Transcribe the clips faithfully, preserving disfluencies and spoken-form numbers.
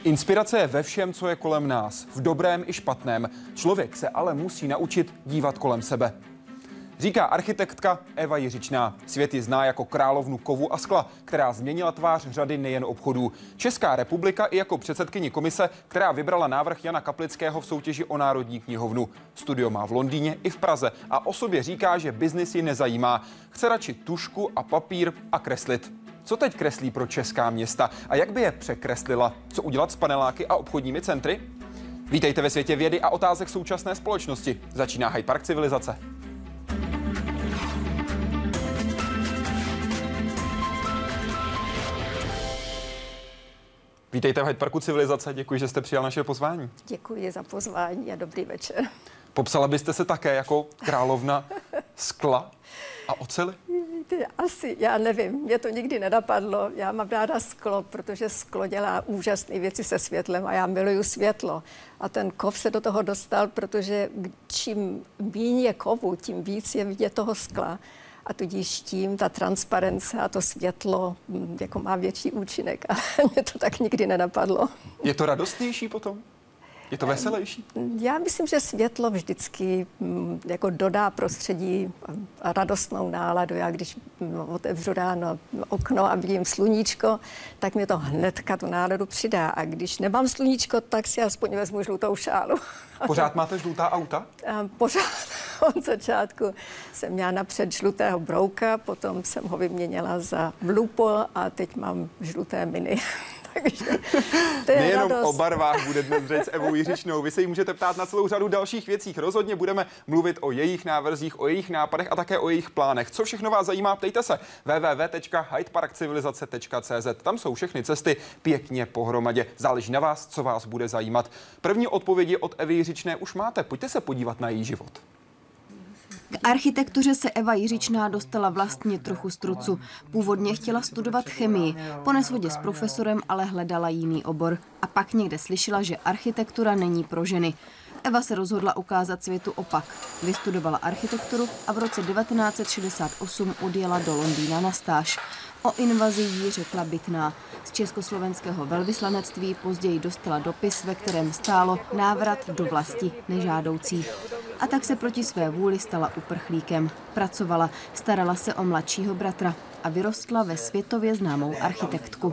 Inspirace je ve všem, co je kolem nás, v dobrém i špatném. Člověk se ale musí naučit dívat kolem sebe. Říká architektka Eva Jiřičná. Svět ji zná jako královnu kovu a skla, která změnila tvář řady nejen obchodů. Česká republika i jako předsedkyni komise, která vybrala návrh Jana Kaplického v soutěži o Národní knihovnu. Studio má v Londýně i v Praze a o sobě říká, že biznis ji nezajímá. Chce radši tužku a papír a kreslit. Co teď kreslí pro česká města a jak by je překreslila? Co udělat s paneláky a obchodními centry? Vítejte ve světě vědy a otázek současné společnosti. Začíná Hyde Park civilizace. Vítejte v Hyde Parku civilizace, děkuji, že jste přijal naše pozvání. Děkuji za pozvání a dobrý večer. Popsala byste se také jako královna skla a oceli? Asi, já nevím, mě to nikdy nenapadlo. Já mám ráda sklo, protože sklo dělá úžasné věci se světlem a já miluju světlo. A ten kov se do toho dostal, protože čím méně je kovu, tím víc je vidět toho skla. A tudíž tím ta transparence a to světlo jako má větší účinek. Ale mě to tak nikdy nenapadlo. Je to radostnější potom? Je to veselější? Já myslím, že světlo vždycky jako dodá prostředí a radostnou náladu. Já když otevřu ráno okno a vidím sluníčko, tak mě to hnedka tu náladu přidá. A když nemám sluníčko, tak si aspoň vezmu žlutou šálu. Pořád máte žlutá auta? Pořád. Od začátku jsem měla napřed žlutého brouka, potom jsem ho vyměnila za Lupo a teď mám žluté mini. Takže to je nejenom radost. O barvách bude dnes řeč s Evou Jiřičnou. Vy se jí můžete ptát na celou řadu dalších věcí. Rozhodně budeme mluvit o jejich návrzích, o jejich nápadech a také o jejich plánech. Co všechno vás zajímá, ptejte se w w w tečka hyde park civilizace tečka c z. Tam jsou všechny cesty pěkně pohromadě. Záleží na vás, co vás bude zajímat. První odpovědi od Evy Jiřičné už máte. Pojďte se podívat na její život. K architektuře se Eva Jiřičná dostala vlastně trochu z trucu. Původně chtěla studovat chemii. Po neshodě s profesorem ale hledala jiný obor. A pak někde slyšela, že architektura není pro ženy. Eva se rozhodla ukázat světu opak. Vystudovala architekturu a v roce devatenáct set šedesát osm odjela do Londýna na stáž. O invazi jí řekla Bytná. Z československého velvyslanectví později dostala dopis, ve kterém stálo návrat do vlasti nežádoucí. A tak se proti své vůli stala uprchlíkem. Pracovala, starala se o mladšího bratra a vyrostla ve světově známou architektku.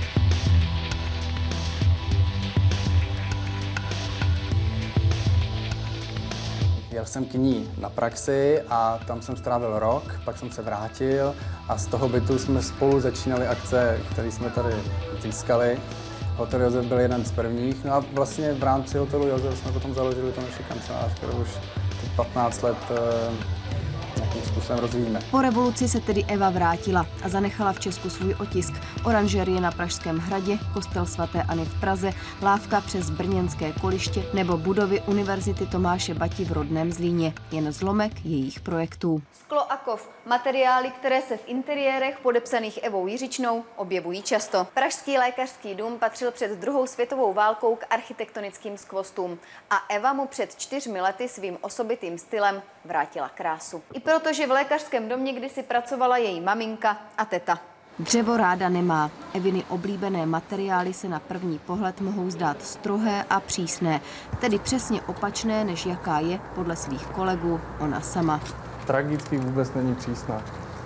Jel jsem k ní na praxi a tam jsem strávil rok, pak jsem se vrátil a z toho bytu jsme spolu začínali akce, které jsme tady získali. Hotel Josef byl jeden z prvních, no a vlastně v rámci hotelu Josef jsme potom založili to naši kancelář, kterou už patnáct let nějakým způsobem rozvíjíme. Po revoluci se tedy Eva vrátila a zanechala v Česku svůj otisk. Oranžerie na Pražském hradě, kostel svaté Anny v Praze, lávka přes brněnské Koliště nebo budovy Univerzity Tomáše Bati v rodném Zlíně. Jen zlomek jejich projektů. Sklo a kov, materiály, které se v interiérech podepsaných Evou Jiřičnou objevují často. Pražský lékařský dům patřil před druhou světovou válkou k architektonickým skvostům a Eva mu před čtyřmi lety svým osobitým stylem vrátila krásu. I protože v lékařském domě kdysi pracovala její maminka a teta. Dřevo ráda nemá. Eviny oblíbené materiály se na první pohled mohou zdát strohé a přísné, tedy přesně opačné, než jaká je podle svých kolegů ona sama. Tragicky vůbec není přísná.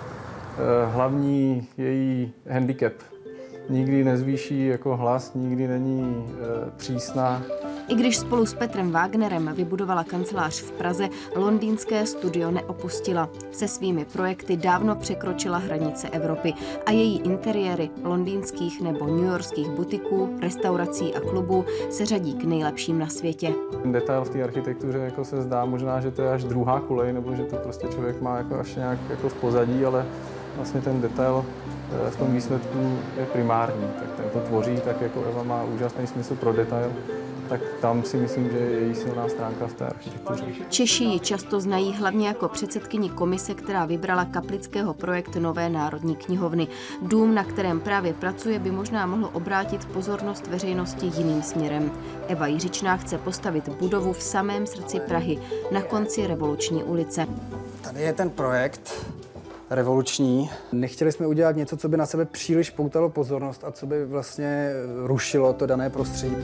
Hlavní její handicap. Nikdy nezvýší jako hlas, nikdy není přísná. I když spolu s Petrem Wagnerem vybudovala kancelář v Praze, londýnské studio neopustila. Se svými projekty dávno překročila hranice Evropy a její interiéry londýnských nebo newyorských butiků, restaurací a klubů se řadí k nejlepším na světě. Detail v té architektuře jako se zdá možná, že to je až druhá kolej, nebo že to prostě člověk má jako až nějak jako v pozadí, ale vlastně ten detail v tom výsledku je primární. Tak ten to tvoří, tak jako Eva má úžasný smysl pro detail. Tak tam si myslím, že je její silná stránka v té architektuře. Češi ji často znají hlavně jako předsedkyni komise, která vybrala Kaplického projekt Nové národní knihovny. Dům, na kterém právě pracuje, by možná mohl obrátit pozornost veřejnosti jiným směrem. Eva Jiřičná chce postavit budovu v samém srdci Prahy, na konci Revoluční ulice. Tady je ten projekt, revoluční. Nechtěli jsme udělat něco, co by na sebe příliš poutalo pozornost a co by vlastně rušilo to dané prostředí.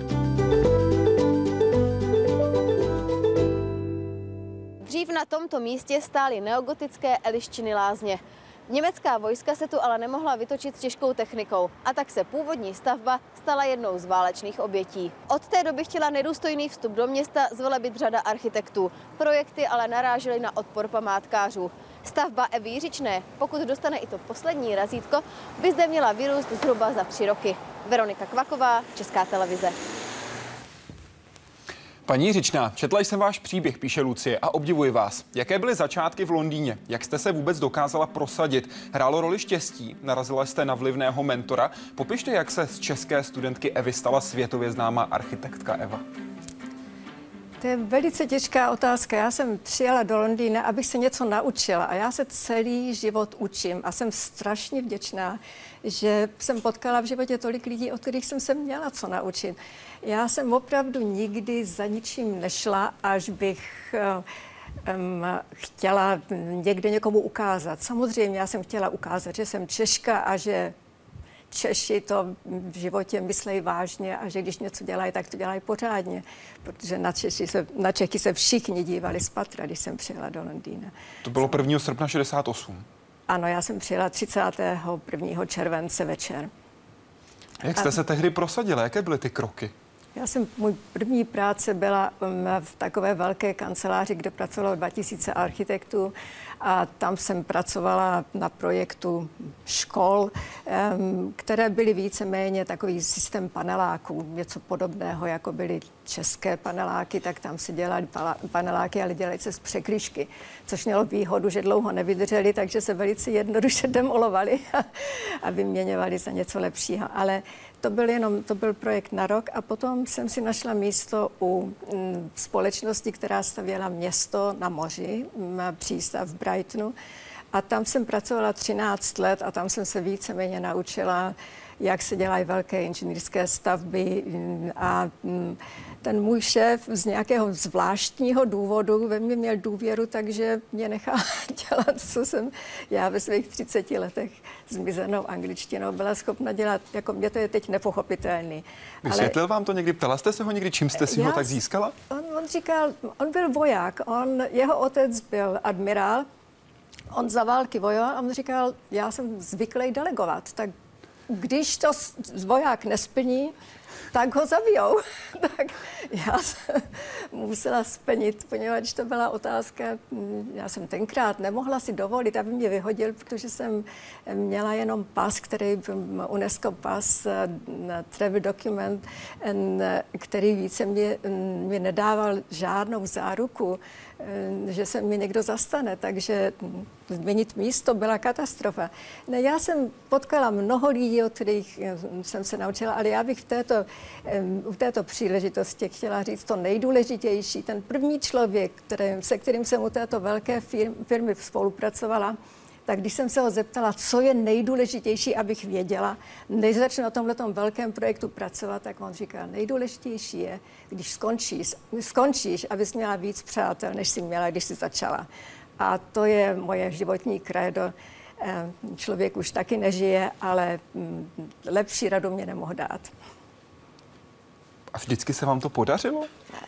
Dřív na tomto místě stály neogotické Eliščiny lázně. Německá vojska se tu ale nemohla vytočit s těžkou technikou a tak se původní stavba stala jednou z válečných obětí. Od té doby chtěla nedůstojný vstup do města zvelebit řada architektů. Projekty ale narážely na odpor památkářů. Stavba Evy Jiřičné, pokud dostane i to poslední razítko, by zde měla vyrůst zhruba za tři roky. Veronika Kvaková, Česká televize. Paní Jiřičná, četla jsem váš příběh, píše Lucie, a obdivuji vás. Jaké byly začátky v Londýně? Jak jste se vůbec dokázala prosadit? Hrálo roli štěstí? Narazila jste na vlivného mentora? Popište, jak se z české studentky Evy stala světově známá architektka Eva. To je velice těžká otázka. Já jsem přijela do Londýna, abych se něco naučila a já se celý život učím a jsem strašně vděčná, že jsem potkala v životě tolik lidí, od kterých jsem se měla co naučit. Já jsem opravdu nikdy za ničím nešla, až bych um, chtěla někde někomu ukázat. Samozřejmě já jsem chtěla ukázat, že jsem Češka a že Češi to v životě myslejí vážně a že když něco dělají, tak to dělají pořádně, protože na, Češi se, na Čechy se všichni dívali z patra, když jsem přijela do Londýna. To bylo prvního srpna šedesát osm. Ano, já jsem přijela třicátého prvního července večer. Jak jste a... se tehdy prosadila? Jaké byly ty kroky? Já jsem, můj první práce byla v takové velké kanceláři, kde pracovalo dva tisíce architektů a tam jsem pracovala na projektu škol, které byly víceméně takový systém paneláků, něco podobného, jako byly české paneláky, tak tam se dělali paneláky, ale dělaly se z překližky, což mělo výhodu, že dlouho nevydrželi, takže se velice jednoduše demolovali a, a vyměňovali za něco lepšího. Ale to byl jenom, to byl projekt na rok a potom jsem si našla místo u m, společnosti, která stavěla město na moři, m, přístav v Brightonu. A tam jsem pracovala třináct let a tam jsem se víceméně naučila, jak se dělají velké inženýrské stavby a ten můj šéf z nějakého zvláštního důvodu ve mně měl důvěru, takže mě nechal dělat, co jsem já ve svých třiceti letech zmizenou angličtinou byla schopna dělat. Jako mě to je teď nepochopitelný. Vysvětlil ale vám to někdy? Ptala jste se ho někdy, čím jste si ho tak získala? On, on říkal, on byl voják, on, jeho otec byl admirál, on za války vojoval a on říkal, já jsem zvyklý delegovat, tak když to voják nesplní, tak ho zabijou. Tak já jsem musela splnit, poněvadž to byla otázka, já jsem tenkrát nemohla si dovolit, aby mě vyhodil, protože jsem měla jenom pas, který byl UNESCO pas, travel document, který více mě, mě nedával žádnou záruku, že se mi někdo zastane, takže změnit místo byla katastrofa. Ne, já jsem potkala mnoho lidí, od kterých jsem se naučila, ale já bych v této, v této příležitosti chtěla říct to nejdůležitější. Ten první člověk, který, se kterým jsem u této velké firmy, firmy spolupracovala, tak když jsem se ho zeptala, co je nejdůležitější, abych věděla, než začnu na tomhletom velkém projektu pracovat, tak on říká, nejdůležitější je, když skončíš, skončíš, abys měla víc přátel, než jsi měla, když jsi začala. A to je moje životní krédo. Člověk už taky nežije, ale lepší radu mě nemohl dát. A vždycky se vám to podařilo?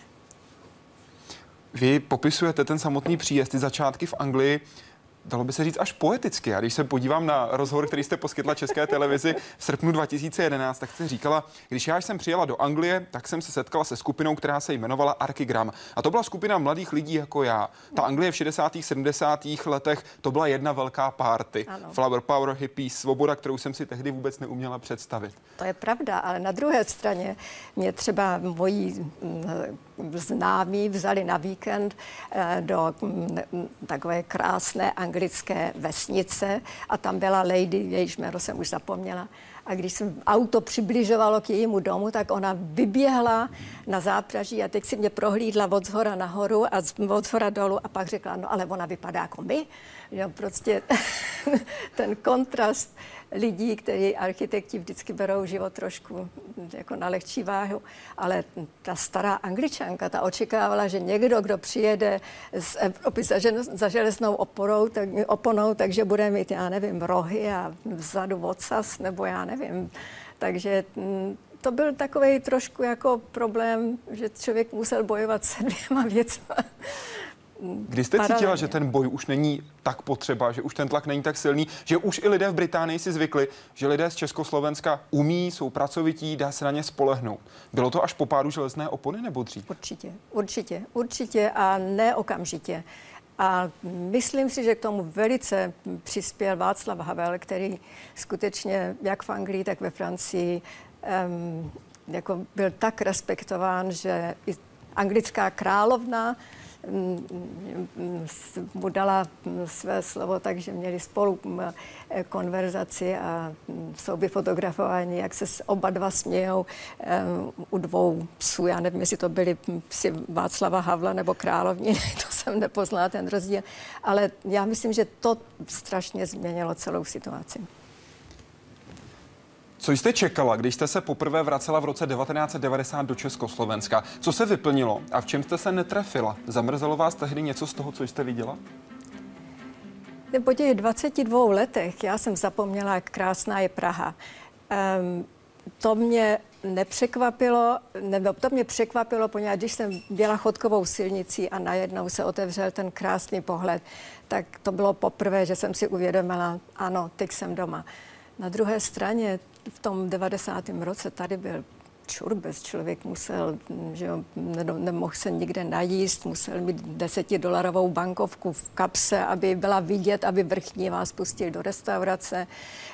Vy popisujete ten samotný příjezd, ty začátky v Anglii, dalo by se říct až poeticky. A když se podívám na rozhovor, který jste poskytla České televizi v srpnu dva tisíce jedenáct, tak jste říkala, když já jsem přijela do Anglie, tak jsem se setkala se skupinou, která se jmenovala Archigram. A to byla skupina mladých lidí jako já. Ta Anglie v šedesátých sedmdesátých letech, to byla jedna velká party. Ano. Flower power, hippies, svoboda, kterou jsem si tehdy vůbec neuměla představit. To je pravda, ale na druhé straně mě třeba moji známí vzali na víkend do takové krásné anglické vesnice a tam byla lady, jejíž jméno jsem už zapomněla. A když jsem auto přibližovalo k jejímu domu, tak ona vyběhla na zápraží a teď si mě prohlídla od zhora nahoru a od zhora dolů a pak řekla, no ale ona vypadá jako my. Jo, prostě ten kontrast lidí, kteří architekti vždycky berou život trošku jako na lehčí váhu, ale ta stará Angličanka, ta očekávala, že někdo, kdo přijede z Evropy za, za železnou oporou, tak, oponou, takže bude mít, já nevím, rohy a vzadu ocas, nebo já nevím. Takže to byl takový trošku jako problém, že člověk musel bojovat se dvěma věcma. Kdy jste cítila, že ten boj už není tak potřeba, že už ten tlak není tak silný, že už i lidé v Británii si zvykli, že lidé z Československa umí, jsou pracovití, dá se na ně spolehnout. Bylo to až po pádu železné opony nebo dřív? Určitě, určitě, určitě a ne okamžitě. A myslím si, že k tomu velice přispěl Václav Havel, který skutečně jak v Anglii, tak ve Francii um, jako byl tak respektován, že i anglická královna mu dala své slovo, takže měli spolu konverzaci a jsou vyfotografováni, jak se oba dva smějou u dvou psů. Já nevím, jestli to byli psi Václava Havla nebo královní, to jsem nepoznala ten rozdíl, ale já myslím, že to strašně změnilo celou situaci. Co jste čekala, když jste se poprvé vracela v roce devatenáct set devadesát do Československa? Co se vyplnilo a v čem jste se netrefila? Zamrzelo vás tehdy něco z toho, co jste viděla? Po těch dvaceti dvou letech já jsem zapomněla, jak krásná je Praha. Um, to mě nepřekvapilo, nebo to mě překvapilo, poněvadž když jsem jela Chodkovou silnicí a najednou se otevřel ten krásný pohled, tak to bylo poprvé, že jsem si uvědomila, ano, teď jsem doma. Na druhé straně v tom devadesátém roce tady byl čurbes, člověk musel, že jo, nemohl se nikde najíst, musel mít desetidolarovou bankovku v kapse, aby byla vidět, aby vrchní vás pustil do restaurace.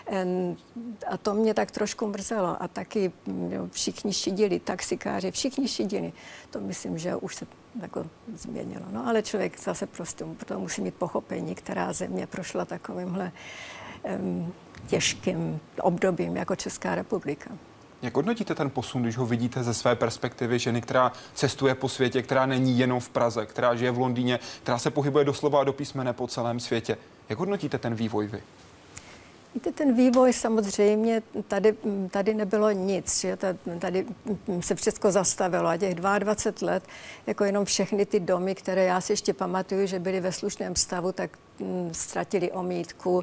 A to mě tak trošku mrzelo. A taky jo, všichni šidili, taxikáři, všichni šidili. To myslím, že už se jako změnilo. No ale člověk zase prostě proto musí mít pochopení, která země prošla takovýmhle um, těžkým obdobím jako Česká republika. Jak hodnotíte ten posun, když ho vidíte ze své perspektivy ženy, která cestuje po světě, která není jenom v Praze, která žije v Londýně, která se pohybuje doslova a do písmene po celém světě? Jak hodnotíte ten vývoj vy? Víte, ten vývoj samozřejmě, tady, tady nebylo nic, že? Tady se všechno zastavilo a těch dvacet dva let, jako jenom všechny ty domy, které já si ještě pamatuju, že byly ve slušném stavu, tak ztratili omítku.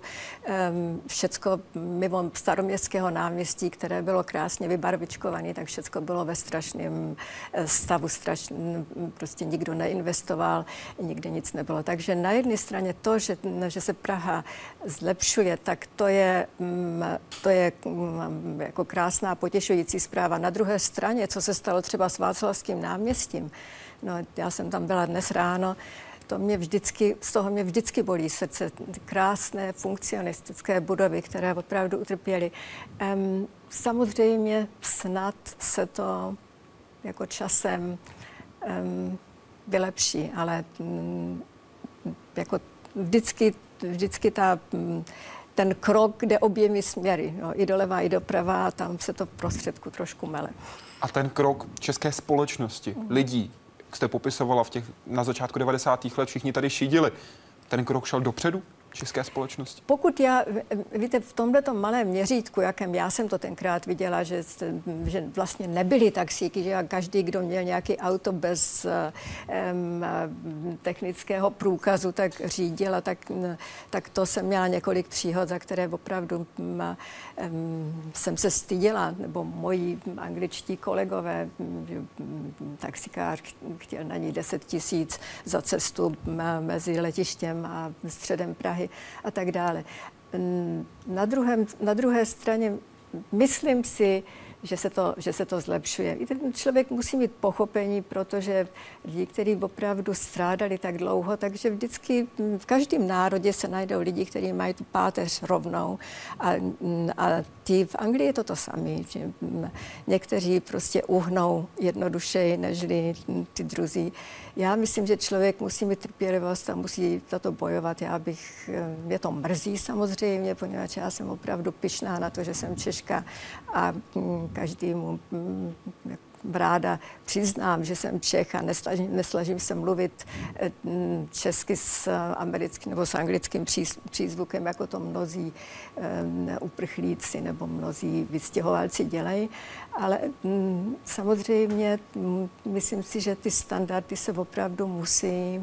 Všecko mimo Staroměstského náměstí, které bylo krásně vybarvičkované, tak všecko bylo ve strašném stavu, strašný, prostě nikdo neinvestoval, nikde nic nebylo. Takže na jedné straně to, že, že se Praha zlepšuje, tak to je, to je jako krásná potěšující zpráva. Na druhé straně, co se stalo třeba s Václavským náměstím, no já jsem tam byla dnes ráno, To mě vždycky, z toho mě vždycky bolí srdce. Krásné funkcionistické budovy, které opravdu utrpěly. Um, samozřejmě snad se to jako časem um, vylepší, ale um, jako vždycky, vždycky ta, um, ten krok jde oběmi směry. No, i doleva, i doprava, tam se to v prostředku trošku mele. A ten krok české společnosti, mm. lidí, jste popisovala v těch, na začátku devadesátých let, všichni tady šidili. Ten krok šel dopředu české společnosti? Pokud já, víte, v tomhletom malém měřítku, jakém já jsem to tenkrát viděla, že, že vlastně nebyly taxíky, že každý, kdo měl nějaký auto bez um, technického průkazu, tak řídil a tak, tak to jsem měla několik příhod, za které opravdu um, jsem se styděla, nebo moji angličtí kolegové, um, taxikář chtěl na ní deset tisíc za cestu um, mezi letištěm a středem Prahy a tak dále. Na, druhém, na druhé straně myslím si, že se to, že se to zlepšuje. I ten člověk musí mít pochopení, protože lidi, kteří opravdu strádali tak dlouho, takže vždycky v každém národě se najdou lidi, kteří mají tu páteř rovnou. A, a ty v Anglii je to to samé, že někteří prostě uhnou jednodušeji nežli ty druzí. Já myslím, že člověk musí mít trpělivost a musí za to bojovat. Já bych, mě to mrzí samozřejmě, poněvadž já jsem opravdu pyšná na to, že jsem Češka a každému ráda přiznám, že jsem Čech a nesnažím, nesnažím se mluvit česky s americkým nebo s anglickým přízvukem, jako to mnozí uprchlíci nebo mnozí vystěhovalci dělají. Ale samozřejmě myslím si, že ty standardy se opravdu musí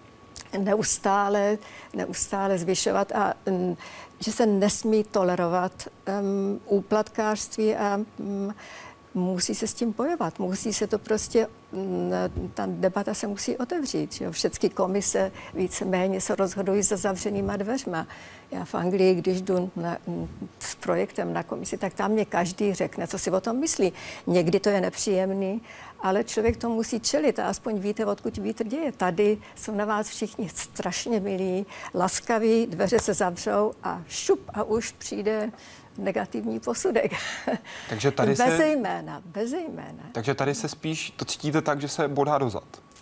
neustále, neustále zvyšovat a že se nesmí tolerovat um, úplatkářství a um, musí se s tím bojovat. Musí se to prostě, um, ta debata se musí otevřít. Že jo? Všechny komise víceméně se rozhodují za zavřenýma dveřma. Já v Anglii, když jdu na, s projektem na komisi, tak tam mě každý řekne, co si o tom myslí. Někdy to je nepříjemný, ale člověk to musí čelit a aspoň víte, odkud vítr děje. Tady jsou na vás všichni strašně milí, laskaví, dveře se zavřou a šup a už přijde negativní posudek. Takže tady bez se... jména, bez jména. Takže tady se spíš to cítíte tak, že se bodá dozad.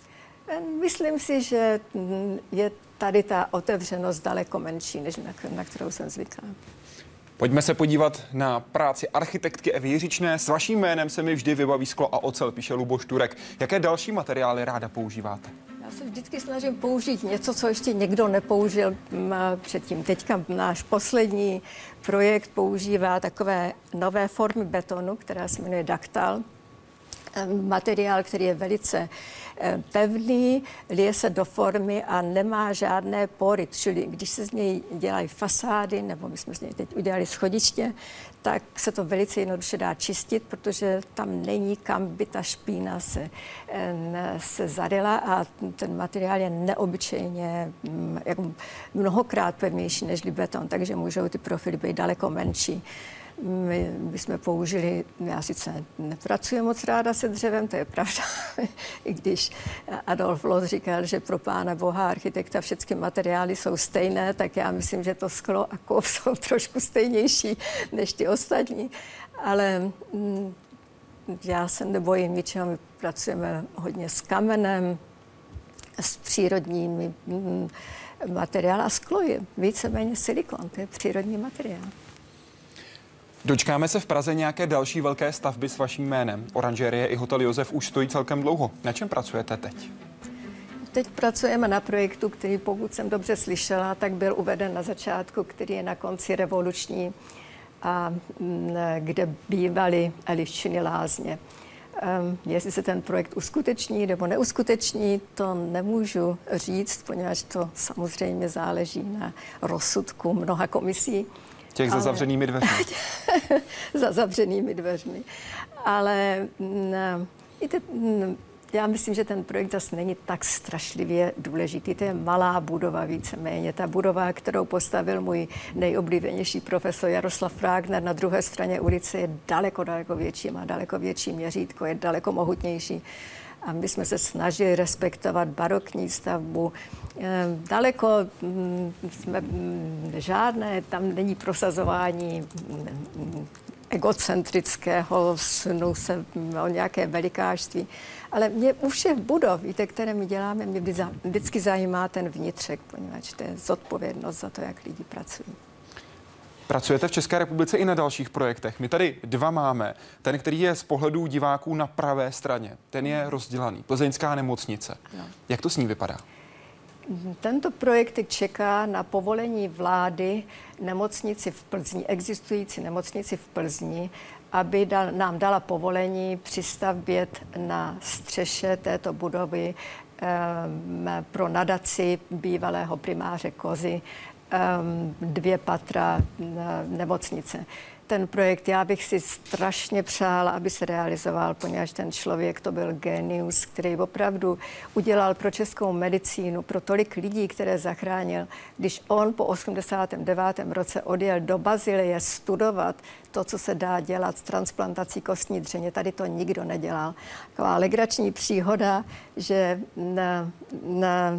Myslím si, že je tady ta otevřenost daleko menší, než na, na kterou jsem zvyklá. Pojďme se podívat na práci architektky Evy Jiřičné. S vaším jménem se mi vždy vybaví sklo a ocel, píše Luboš Turek. Jaké další materiály ráda používáte? Já se vždycky snažím použít něco, co ještě někdo nepoužil předtím. Teďka náš poslední projekt používá takové nové formy betonu, která se jmenuje Dactal. Materiál, který je velice pevný, lije se do formy a nemá žádné pory. Čili když se z něj dělají fasády, nebo my jsme z něj teď udělali schodiště, tak se to velice jednoduše dá čistit, protože tam není, kam by ta špína se, se zaryla a ten materiál je neobyčejně jako mnohokrát pevnější než beton, takže můžou ty profily být daleko menší. My, my jsme použili, já sice nepracuji moc ráda se dřevem, to je pravda, i když Adolf Loos říkal, že pro Pána Boha architekta všechny materiály jsou stejné, tak já myslím, že to sklo a kov jsou trošku stejnější než ty ostatní. Ale m, já se nebojím ničeho, my pracujeme hodně s kamenem, s přírodními m, materiály a sklo je víceméně silikon, to je přírodní materiál. Dočkáme se v Praze nějaké další velké stavby s vaším jménem. Oranžerie i hotel Josef už stojí celkem dlouho. Na čem pracujete teď? Teď pracujeme na projektu, který, pokud jsem dobře slyšela, tak byl uveden na začátku, který je na konci revoluční a kde bývaly Eliščiny lázně. Um, jestli se ten projekt uskuteční nebo neuskuteční, to nemůžu říct, poněvadž to samozřejmě záleží na rozsudku mnoha komisí. Těch za zavřenými dveřmi. za zavřenými dveřmi. Ale ne, te, ne, já myslím, že ten projekt zase není tak strašlivě důležitý. To je malá budova víceméně. Ta budova, kterou postavil můj nejoblíbenější profesor Jaroslav Wagner na druhé straně ulice, je daleko, daleko větší, má daleko větší měřítko, je daleko mohutnější. A my jsme se snažili respektovat barokní stavbu. Daleko jsme žádné, tam není prosazování egocentrického snu se o nějaké velikářství. Ale mě u všech budov, víte, které my děláme, mě vždycky zajímá ten vnitřek, poněvadž to je zodpovědnost za to, jak lidi pracují. Pracujete v České republice i na dalších projektech. My tady dva máme. Ten, který je z pohledu diváků na pravé straně. Ten je rozdělaný. Plzeňská nemocnice. No. Jak to s ní vypadá? Tento projekt čeká na povolení vlády nemocnici v Plzni, existující nemocnici v Plzni, aby dal, nám dala povolení přistavět na střeše této budovy eh, pro nadaci bývalého primáře Kozy dvě patra nemocnice. Ten projekt já bych si strašně přála, aby se realizoval, poněvadž ten člověk to byl génius, který opravdu udělal pro českou medicínu, pro tolik lidí, které zachránil. Když on po osmdesátém devátém roce odjel do Bazilie studovat to, co se dá dělat s transplantací kostní dřeně, tady to nikdo nedělal. Taková legrační příhoda, že na, na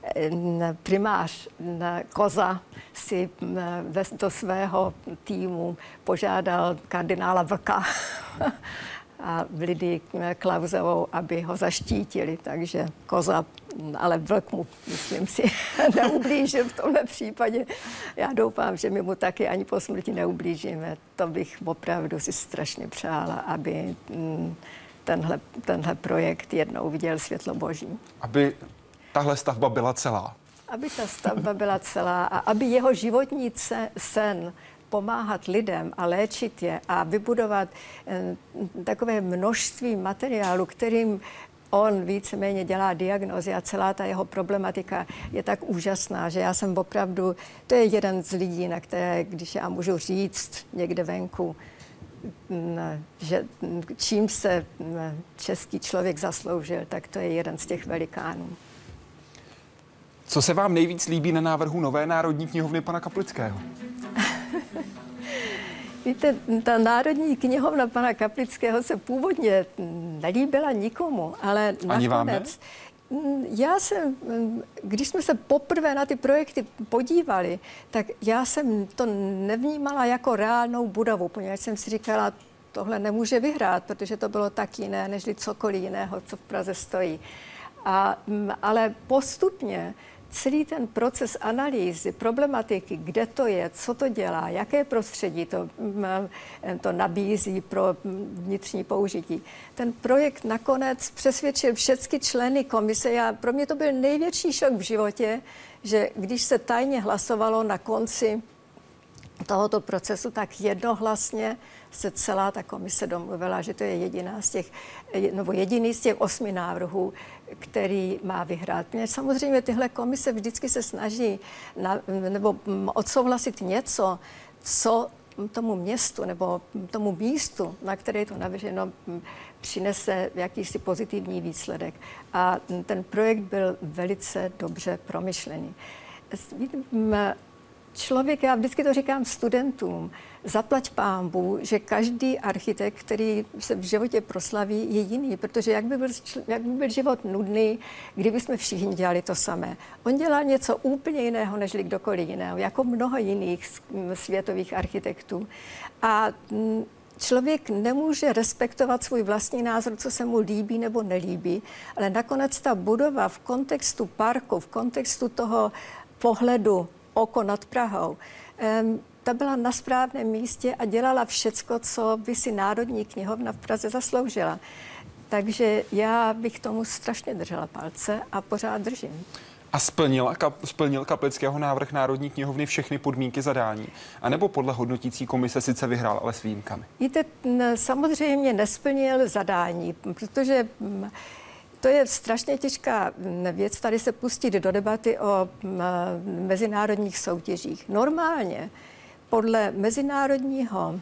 primář Koza si do svého týmu požádal kardinála Vlka a Lidii Klausovou, aby ho zaštítili. Takže Koza, ale Vlk mu, myslím si, neublížil v tomhle případě. Já doufám, že my mu taky ani po smrti neublížíme. To bych opravdu si strašně přála, aby tenhle, tenhle projekt jednou viděl světlo boží. Aby tahle stavba byla celá. Aby ta stavba byla celá a aby jeho životní sen pomáhat lidem a léčit je a vybudovat eh, takové množství materiálu, kterým on víceméně dělá diagnózy a celá ta jeho problematika je tak úžasná, že já jsem opravdu, to je jeden z lidí, na které, když já můžu říct někde venku, že čím se český člověk zasloužil, tak to je jeden z těch velikánů. Co se vám nejvíc líbí na návrhu nové Národní knihovny pana Kaplického? Víte, ta Národní knihovna pana Kaplického se původně nelíbila nikomu, ale Ani nakonec... Já jsem, když jsme se poprvé na ty projekty podívali, tak já jsem to nevnímala jako reálnou budovu, poněvadž jsem si říkala, tohle nemůže vyhrát, protože to bylo tak jiné, nežli cokoliv jiného, co v Praze stojí. A, ale postupně celý ten proces analýzy, problematiky, kde to je, co to dělá, jaké prostředí to, to nabízí pro vnitřní použití. Ten projekt nakonec přesvědčil všechny členy komise. Já, pro mě to byl největší šok v životě, že když se tajně hlasovalo na konci tohoto procesu, tak jednohlasně se celá ta komise domluvila, že to je jediná z těch, nebo jediný z těch osmi návrhů, který má vyhrát. Mě samozřejmě tyhle komise vždycky se snaží na, nebo odsouhlasit něco, co tomu městu nebo tomu místu, na které je to navrženo, přinese jakýsi pozitivní výsledek. A ten projekt byl velice dobře promyšlený. Člověk, já vždycky to říkám studentům, zaplať pánbu, že každý architekt, který se v životě proslaví, je jiný, protože jak by byl, jak by byl život nudný, kdyby jsme všichni dělali to samé. On dělal něco úplně jiného, než kdokoliv jiného, jako mnoho jiných světových architektů. A člověk nemůže respektovat svůj vlastní názor, co se mu líbí nebo nelíbí, ale nakonec ta budova v kontextu parku, v kontextu toho pohledu oko nad Prahou, ta byla na správném místě a dělala všecko, co by si Národní knihovna v Praze zasloužila. Takže já bych tomu strašně držela palce a pořád držím. A splnil, kap, splnil Kaplického návrh Národní knihovny všechny podmínky zadání? A nebo podle hodnotící komise sice vyhrál, ale s výjimkami? Víte, samozřejmě nesplnil zadání, protože to je strašně těžká věc tady se pustit do debaty o mezinárodních soutěžích. Normálně podle mezinárodního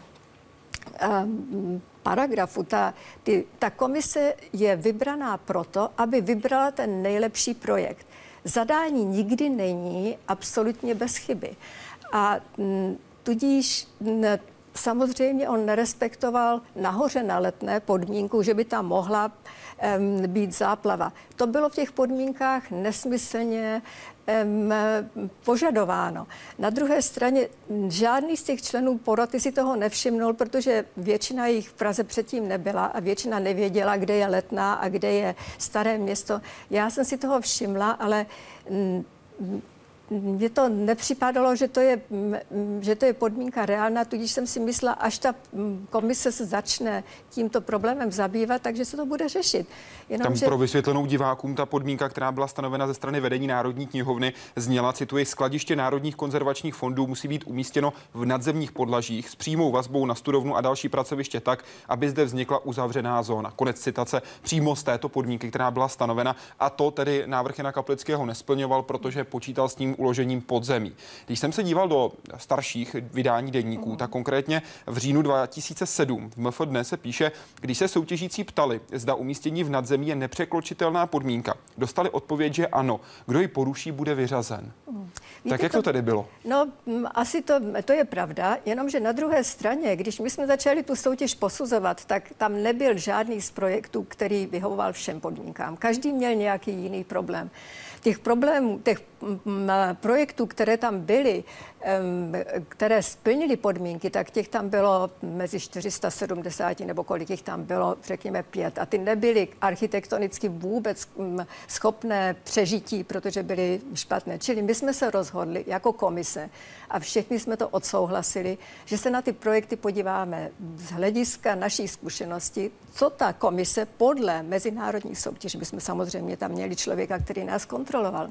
paragrafu ta, ty, ta komise je vybraná proto, aby vybrala ten nejlepší projekt. Zadání nikdy není absolutně bez chyby. A tudíž samozřejmě on nerespektoval nahoře na Letné podmínku, že by tam mohla um, být záplava. To bylo v těch podmínkách nesmyslně um, požadováno. Na druhé straně žádný z těch členů poroty si toho nevšimnul, protože většina jich v Praze předtím nebyla a většina nevěděla, kde je Letná a kde je Staré Město. Já jsem si toho všimla, ale m, mně to nepřipadalo, že to, je, že to je podmínka reálná, tudíž jsem si myslela, až ta komise se začne tímto problémem zabývat, takže se to bude řešit. Jenom, Tam že... pro vysvětlenou divákům ta podmínka, která byla stanovena ze strany vedení Národní knihovny, zněla, cituji, skladiště národních konzervačních fondů musí být umístěno v nadzemních podlažích s přímou vazbou na studovnu a další pracoviště tak, aby zde vznikla uzavřená zóna. Konec citace přímo z této podmínky, která byla stanovena, a to tedy návrh Jana Kaplického nesplňoval, protože počítal s tím uložením podzemí. Když jsem se díval do starších vydání deníků, tak konkrétně v říjnu dva tisíce sedm v M F D se píše, když se soutěžící ptali, zda umístění v nadzemí je nepřekročitelná podmínka, dostali odpověď, že ano. Kdo ji poruší, bude vyřazen. Víte, tak jak to, to tedy bylo? No, asi to, to je pravda, jenomže na druhé straně, když my jsme začali tu soutěž posuzovat, tak tam nebyl žádný z projektů, který vyhovoval všem podmínkám. Každý měl nějaký jiný problém. Těch problémů, těch projektů, které tam byly, které splnily podmínky, tak těch tam bylo mezi čtyři sta sedmdesát nebo kolik jich tam bylo, řekněme pět. A ty nebyly architektonicky vůbec schopné přežití, protože byly špatné. Čili my jsme se rozhodli jako komise a všichni jsme to odsouhlasili, že se na ty projekty podíváme z hlediska naší zkušenosti, co ta komise podle mezinárodní soutěže, my jsme samozřejmě tam měli člověka, který nás kontroloval,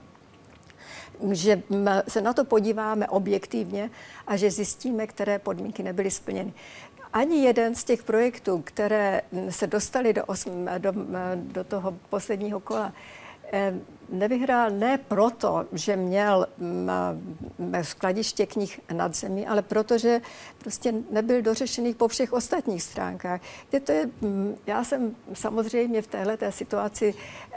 že se na to podíváme objektivně a že zjistíme, které podmínky nebyly splněny. Ani jeden z těch projektů, které se dostaly do, osm, do, do toho posledního kola, nevyhrál ne proto, že měl skladiště knih nad zemí, ale protože prostě nebyl dořešený po všech ostatních stránkách. To je, já jsem samozřejmě v téhleté situaci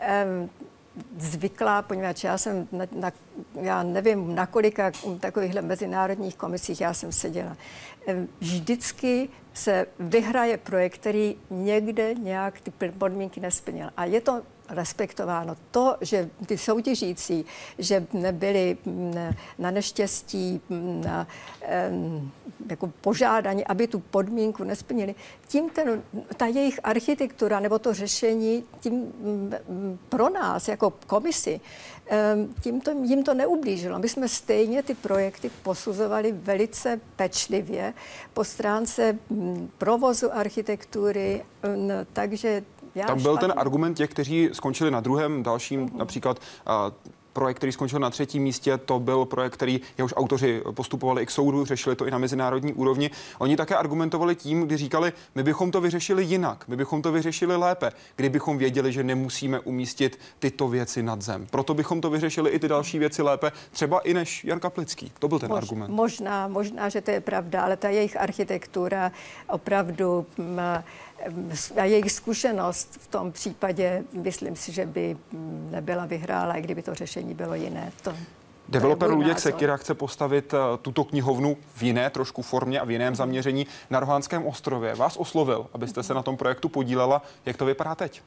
zvyklá, poněvadž já jsem, na, na, já nevím, na kolika takovýchhle mezinárodních komisích já jsem seděla. Vždycky se vyhraje projekt, který někde nějak ty podmínky nesplnil. A je to respektováno. To, že ty soutěžící, že byli na neštěstí na, jako požádani, aby tu podmínku nesplnili, tím ten, ta jejich architektura nebo to řešení tím pro nás jako komisi, tím to, jim to neublížilo. My jsme stejně ty projekty posuzovali velice pečlivě po stránce provozu architektury, takže já tam byl ten argument těch, kteří skončili na druhém, dalším, uh-huh. například uh, projekt, který skončil na třetím místě, to byl projekt, který jehož autoři postupovali i k soudu, řešili to i na mezinárodní úrovni. Oni také argumentovali tím, kdy říkali, my bychom to vyřešili jinak, my bychom to vyřešili lépe, kdybychom věděli, že nemusíme umístit tyto věci nad zem. Proto bychom to vyřešili i ty další věci lépe, třeba i než Jan Kaplický. To byl ten Mož, argument. Možná, možná, že to je pravda, ale ta jejich architektura opravdu má, a jejich zkušenost v tom případě, myslím si, že by nebyla vyhrála, i kdyby to řešení bylo jiné. To, Developer Luděk Sekyra chce postavit tuto knihovnu v jiné trošku formě a v jiném zaměření na Rohanském ostrově. Vás oslovil, abyste se na tom projektu podílela. Jak to vypadá teď?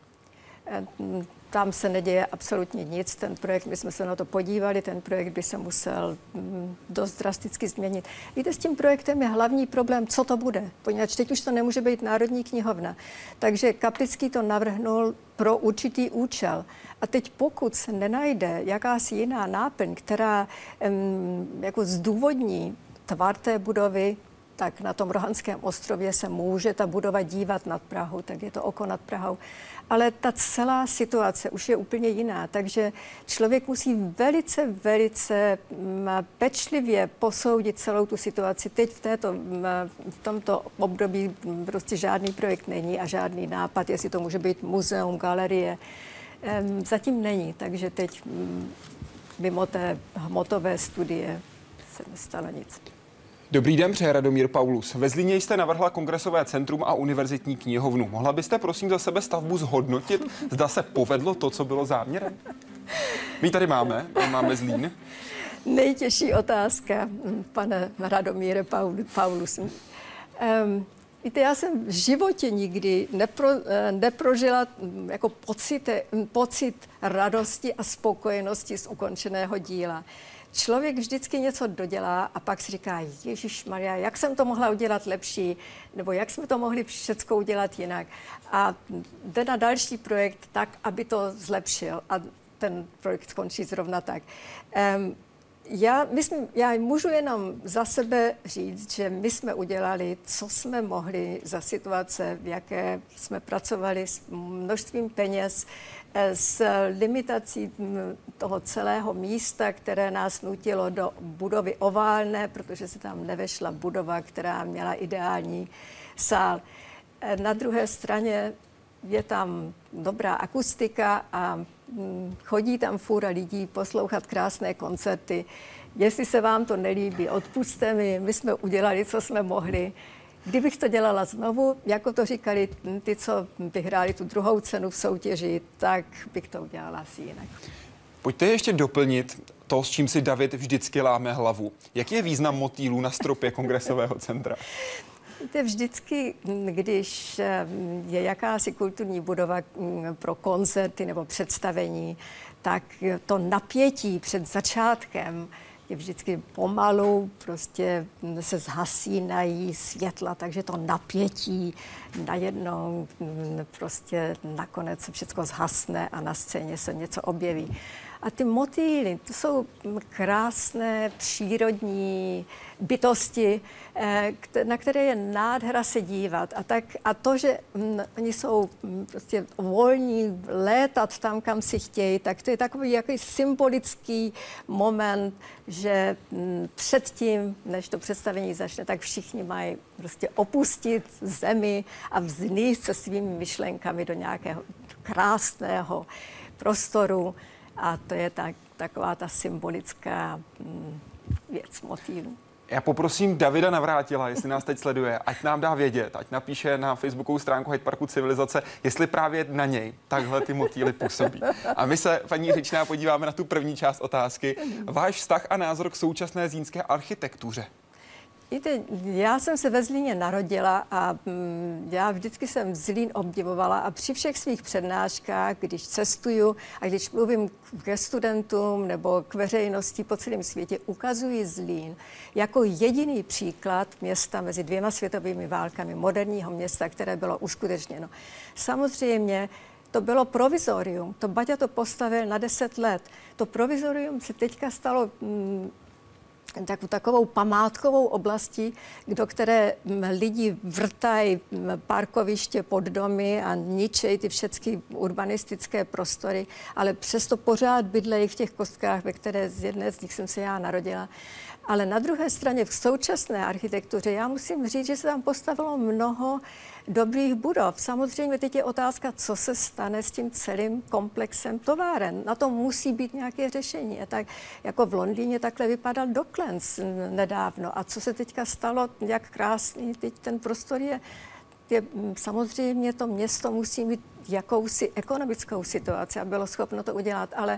Tam se neděje absolutně nic. Ten projekt, my jsme se na to podívali, ten projekt by se musel dost drasticky změnit. Víte, s tím projektem je hlavní problém, co to bude, poněvadž teď už to nemůže být Národní knihovna. Takže Kaplický to navrhnul pro určitý účel. A teď pokud se nenajde jakási jiná náplň, která um, jako zdůvodní tvar té budovy, tak na tom Rohanském ostrově se může ta budova dívat nad Prahou, tak je to oko nad Prahou. Ale ta celá situace už je úplně jiná, takže člověk musí velice, velice pečlivě posoudit celou tu situaci. Teď v, této, v tomto období prostě žádný projekt není a žádný nápad, jestli to může být muzeum, galerie, zatím není, takže teď mimo té hmotové studie se nestalo nic. Dobrý den, přeje Radomír Paulus. Ve Zlíně jste navrhla Kongresové centrum a univerzitní knihovnu. Mohla byste prosím za sebe stavbu zhodnotit? Zda se povedlo to, co bylo záměrem? My tady máme, máme Zlín. Nejtěžší otázka, pane Radomíre Paulus. Um, víte, já jsem v životě nikdy nepro, neprožila jako pocit, pocit radosti a spokojenosti z ukončeného díla. Člověk vždycky něco dodělá a pak si říká, ježišmarja, jak jsem to mohla udělat lepší, nebo jak jsme to mohli všecko udělat jinak. A jde na další projekt tak, aby to zlepšil. A ten projekt skončí zrovna tak. Um, já, myslím, já můžu jenom za sebe říct, že my jsme udělali, co jsme mohli za situace, v jaké jsme pracovali s množstvím peněz, s limitací toho celého místa, které nás nutilo do budovy oválné, protože se tam nevešla budova, která měla ideální sál. Na druhé straně je tam dobrá akustika a chodí tam fůra lidí poslouchat krásné koncerty. Jestli se vám to nelíbí, odpusťte mi, my jsme udělali, co jsme mohli. Kdybych to dělala znovu, jako to říkali ty, co vyhráli tu druhou cenu v soutěži, tak bych to udělala asi jinak. Pojďte ještě doplnit to, s čím si David vždycky láme hlavu. Jaký je význam motýlů na stropě Kongresového centra? Víte, vždycky, když je jakási kulturní budova pro koncerty nebo představení, tak to napětí před začátkem je vždycky pomalu, prostě se zhasínají světla, takže to napětí najednou prostě nakonec se všechno zhasne a na scéně se něco objeví. A ty motýly, to jsou krásné přírodní bytosti, na které je nádhera se dívat. A, tak, a to, že oni jsou prostě volní létat tam, kam si chtějí, tak to je takový jaký symbolický moment, že předtím, než to představení začne, tak všichni mají prostě opustit zemi a vznést se svými myšlenkami do nějakého krásného prostoru. A to je tak, taková ta symbolická mm, věc motýlů. Já poprosím Davida Navrátila, jestli nás teď sleduje, ať nám dá vědět, ať napíše na facebookovou stránku Hyde Parku Civilizace, jestli právě na něj takhle ty motýly působí. A my se, paní Řičná, podíváme na tu první část otázky. Váš vztah a názor k současné zlínské architektuře. Víte, já jsem se ve Zlíně narodila a mm, já vždycky jsem Zlín obdivovala a při všech svých přednáškách, když cestuju a když mluvím ke studentům nebo k veřejnosti po celém světě, ukazuji Zlín jako jediný příklad města mezi dvěma světovými válkami, moderního města, které bylo uskutečněno. Samozřejmě to bylo provizorium, to Baťa to postavil na deset let. To provizorium se teďka stalo mm, takovou památkovou oblastí, do které lidi vrtají parkoviště pod domy a ničejí ty všechny urbanistické prostory, ale přesto pořád bydlejí v těch kostkách, ve které z jedné z nich jsem se já narodila. Ale na druhé straně v současné architektuře já musím říct, že se tam postavilo mnoho dobrých budov. Samozřejmě teď je otázka, co se stane s tím celým komplexem továren. Na to musí být nějaké řešení. A tak jako v Londýně takhle vypadal Docklands nedávno. A co se teďka stalo, jak krásný teď ten prostor je. je samozřejmě to město musí mít jakousi ekonomickou situaci a bylo schopno to udělat, ale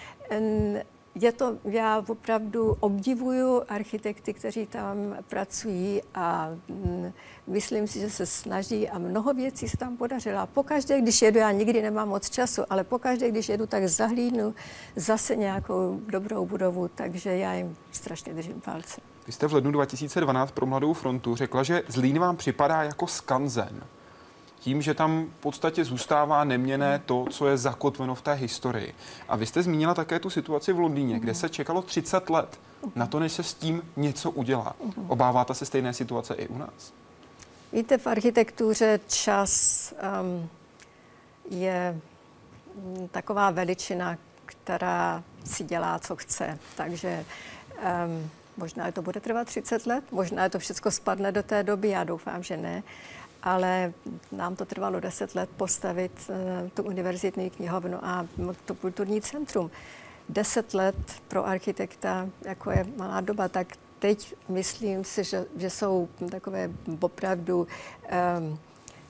je to, já opravdu obdivuju architekty, kteří tam pracují a mm, myslím si, že se snaží a mnoho věcí se tam podařilo. A pokaždé, když jedu, já nikdy nemám moc času, ale pokaždé, když jedu, tak zahlídnu zase nějakou dobrou budovu, takže já jim strašně držím palce. Vy jste v lednu dva tisíce dvanáct pro Mladou frontu řekla, že Zlín vám připadá jako skanzen. Tím, že tam v podstatě zůstává neměnné to, co je zakotveno v té historii. A vy jste zmínila také tu situaci v Londýně, kde se čekalo třicet let na to, než se s tím něco udělá. Obáváte se stejné situace i u nás? Víte, v architektuře čas um, je taková veličina, která si dělá, co chce. Takže um, možná to bude trvat třicet let, možná to všechno spadne do té doby, já doufám, že ne. Ale nám to trvalo deset let postavit uh, tu univerzitní knihovnu a to kulturní centrum. Deset let pro architekta, jako je malá doba, tak teď myslím si, že, že jsou takové opravdu um, um,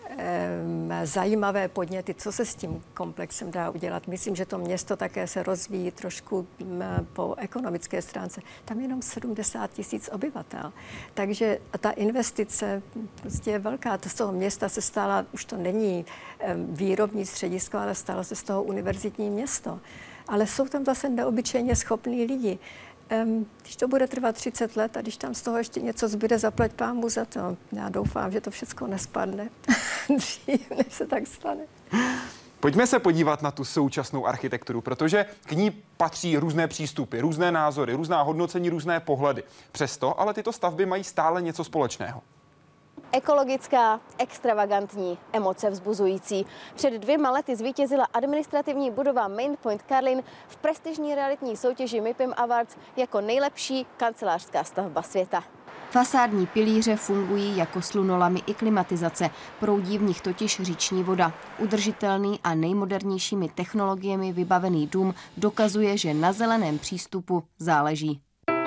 zajímavé podněty, co se s tím komplexem dá udělat. Myslím, že to město také se rozvíjí trošku um, po ekonomické stránce. Tam jenom sedmdesát tisíc obyvatel. Takže ta investice prostě je velká. To z toho města se stala, už to není um, výrobní středisko, ale stalo se z toho univerzitní město. Ale jsou tam zase neobyčejně schopní lidi. Um, když to bude trvat třicet let a když tam z toho ještě něco zbyde, zaplať pámu za to. Já doufám, že to všechno nespadne dřív, než se tak stane. Pojďme se podívat na tu současnou architekturu, protože k ní patří různé přístupy, různé názory, různá hodnocení, různé pohledy. Přesto ale tyto stavby mají stále něco společného. Ekologická, extravagantní, emoce vzbuzující. Před dvěma lety zvítězila administrativní budova Main Point Karlín v prestižní realitní soutěži MIPIM Awards jako nejlepší kancelářská stavba světa. Fasádní pilíře fungují jako slunolamy i klimatizace. Proudí v nich totiž říční voda. Udržitelný a nejmodernějšími technologiemi vybavený dům dokazuje, že na zeleném přístupu záleží.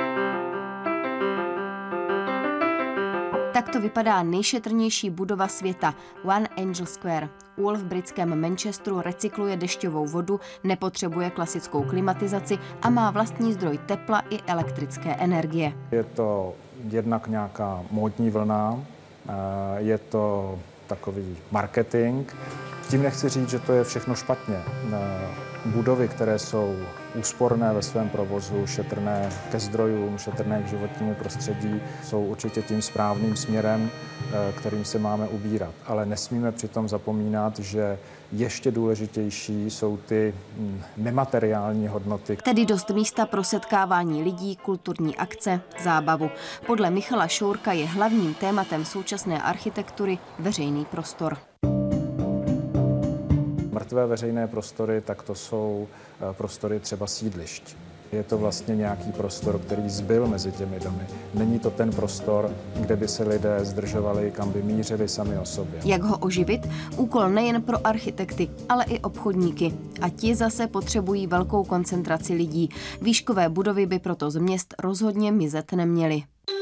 Takto vypadá nejšetrnější budova světa, One Angel Square. Úl v britském Manchesteru recykluje dešťovou vodu, nepotřebuje klasickou klimatizaci a má vlastní zdroj tepla i elektrické energie. Je to jednak nějaká módní vlna, Je to takový marketing. Tím nechci říct, že to je všechno špatně. Budovy, které jsou úsporné ve svém provozu, šetrné ke zdrojům, šetrné k životnímu prostředí, jsou určitě tím správným směrem, kterým se máme ubírat. Ale nesmíme přitom zapomínat, že ještě důležitější jsou ty nemateriální hodnoty. Tedy dost místa pro setkávání lidí, kulturní akce, zábavu. Podle Michala Šourka je hlavním tématem současné architektury veřejný prostor. Mrtvé veřejné prostory, tak to jsou prostory třeba sídlišť. Je to vlastně nějaký prostor, který zbyl mezi těmi domy. Není to ten prostor, kde by se lidé zdržovali, kam by mířili sami o sobě. Jak ho oživit? Úkol nejen pro architekty, ale i obchodníky. A ti zase potřebují velkou koncentraci lidí. Výškové budovy by proto z měst rozhodně mizet neměly.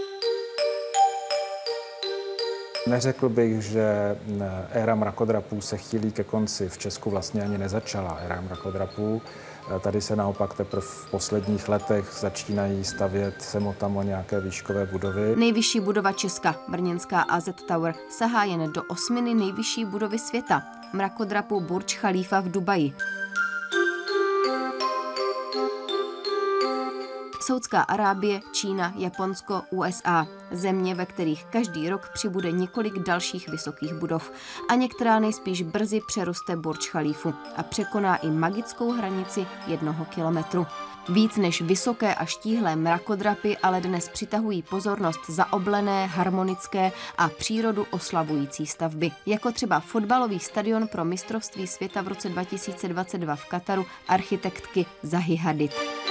Neřekl bych, že éra mrakodrapů se chýlí ke konci. V Česku vlastně ani nezačala éra mrakodrapů. Tady se naopak teprve v posledních letech začínají stavět semotamo nějaké výškové budovy. Nejvyšší budova Česka, brněnská A Z Tower, sahá jen do osminy nejvyšší budovy světa, mrakodrapu Burj Khalifa v Dubaji. Saudská Arábie, Čína, Japonsko, U S A. Země, ve kterých každý rok přibude několik dalších vysokých budov. A některá nejspíš brzy přeroste Burj Khalifu a překoná i magickou hranici jednoho kilometru. Víc než vysoké a štíhlé mrakodrapy ale dnes přitahují pozornost zaoblené, harmonické a přírodu oslavující stavby. Jako třeba fotbalový stadion pro mistrovství světa v roce dva tisíce dvacet dva v Kataru architektky Zahi Hadid.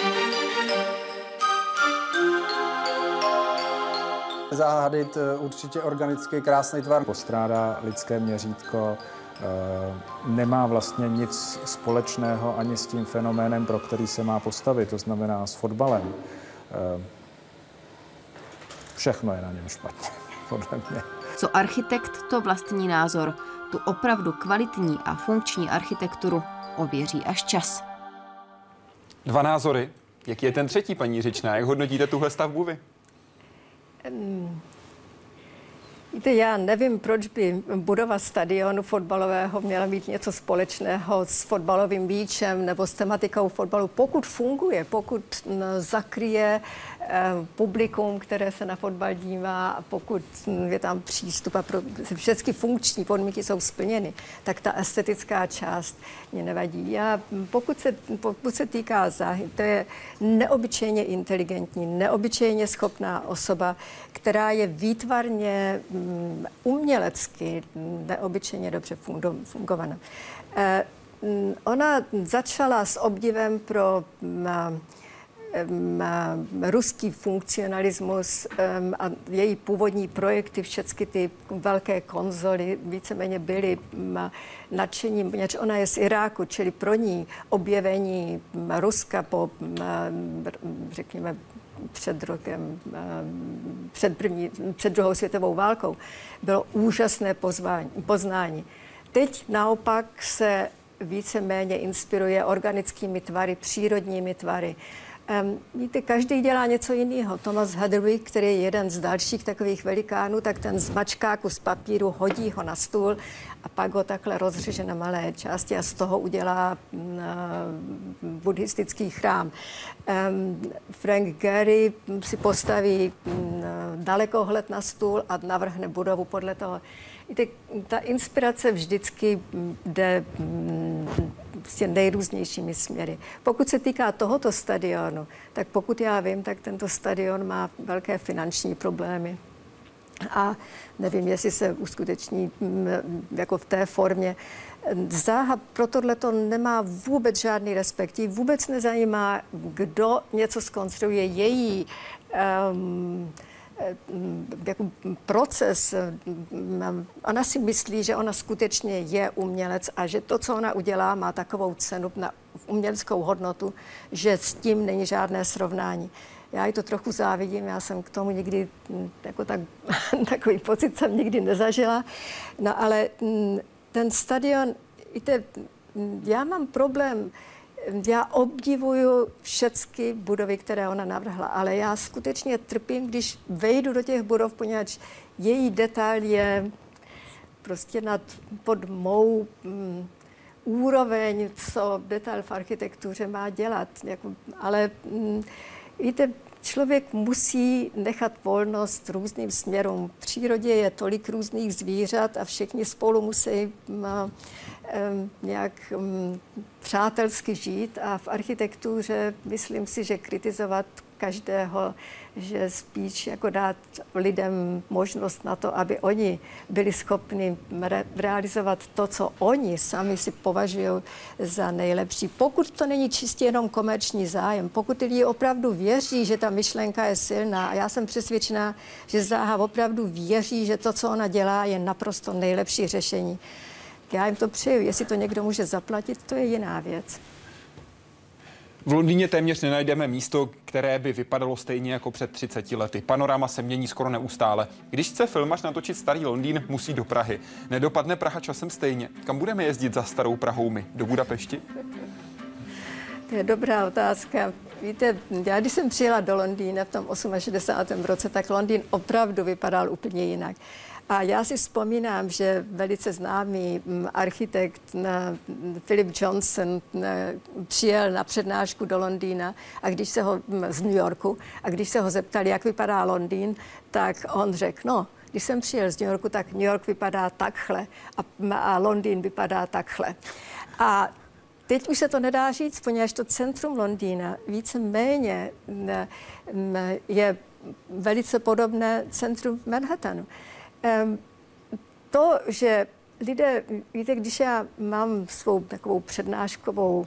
Zaha Hadid určitě organický, krásný tvar. Postrádá lidské měřítko, nemá vlastně nic společného ani s tím fenoménem, pro který se má postavit, to znamená s fotbalem. Všechno je na něm špatně, podle mě. Co architekt, to vlastní názor. Tu opravdu kvalitní a funkční architekturu ověří až čas. Dva názory. Jaký je ten třetí, paní Jiřičná? Jak hodnotíte tuhle stavbu vy? Um, víte, já nevím, proč by budova stadionu fotbalového měla mít něco společného s fotbalovým míčem nebo s tematikou fotbalu. Pokud funguje, pokud zakryje eh, publikum, které se na fotbal dívá, a pokud je tam přístup a pro, všechny funkční podmínky jsou splněny, tak ta estetická část mě nevadí. Já, pokud, se, pokud se týká Zahy, to je neobyčejně inteligentní, neobyčejně schopná osoba, která je výtvarně um, umělecky neobyčejně dobře fungovaná. Eh, ona začala s obdivem pro um, um, ruský funkcionalismus um, a její původní projekty, všechny ty velké konzoly, víceméně byly um, nadšením, poněvadž ona je z Iráku, čili pro ní objevení um, Ruska po, um, řekněme, před rokem, před, první, před druhou světovou válkou, bylo úžasné pozvání, poznání. Teď naopak se víceméně inspiruje organickými tvary, přírodními tvary. Um, víte, každý dělá něco jiného. Thomas Heatherwick, který je jeden z dalších takových velikánů, tak ten zmačká kus papíru, hodí ho na stůl a pak ho takhle rozřeže na malé části a z toho udělá uh, buddhistický chrám. Um, Frank Gehry si postaví um, dalekohled na stůl a navrhne budovu podle toho. Víte, ta inspirace vždycky jde prostě nejrůznějšími směry. Pokud se týká tohoto stadionu, tak pokud já vím, tak tento stadion má velké finanční problémy. A nevím, jestli se uskuteční jako v té formě. Zaha pro tohleto nemá vůbec žádný respekt. Jí vůbec nezajímá, kdo něco zkonstruuje. Její um, jako proces, ona si myslí, že ona skutečně je umělec a že to, co ona udělá, má takovou cenu na uměleckou hodnotu, že s tím není žádné srovnání. Já jí to trochu závidím, já jsem k tomu nikdy, jako tak, takový pocit jsem nikdy nezažila. No ale ten stadion, víte, já mám problém já obdivuju všechny budovy, které ona navrhla, ale já skutečně trpím, když vejdu do těch budov, poněvadž její detail je prostě nad, pod mou mm, úroveň, co detail v architektuře má dělat. Jako, ale mm, víte, člověk musí nechat volnost různým směrům. V přírodě je tolik různých zvířat a všichni spolu musí má, um, nějak um, přátelsky žít a v architektuře myslím si, že kritizovat každého, že spíš jako dát lidem možnost na to, aby oni byli schopni re- realizovat to, co oni sami si považují za nejlepší. Pokud to není čistě jenom komerční zájem, pokud lidi opravdu věří, že ta myšlenka je silná, a já jsem přesvědčená, že Zaha opravdu věří, že to, co ona dělá, je naprosto nejlepší řešení. Já jim to přeju. Jestli to někdo může zaplatit, to je jiná věc. V Londýně téměř nenajdeme místo, které by vypadalo stejně jako před třiceti lety. Panorama se mění skoro neustále. Když chce filmař natočit starý Londýn, musí do Prahy. Nedopadne Praha časem stejně? Kam budeme jezdit za starou Prahou my? Do Budapešti? To je dobrá otázka. Víte, já když jsem přijela do Londýna v tom šedesátém osmém roce, tak Londýn opravdu vypadal úplně jinak. A já si vzpomínám, že velice známý architekt Philip Johnson přijel na přednášku do Londýna a když se ho z New Yorku a když se ho zeptali, jak vypadá Londýn, tak on řekl, no, když jsem přijel z New Yorku, tak New York vypadá takhle a, a Londýn vypadá takhle. A teď už se to nedá říct, poněvadž to centrum Londýna víceméně je velice podobné centrum Manhattanu. Um, to, že lidé, víte, když já mám svou takovou přednáškovou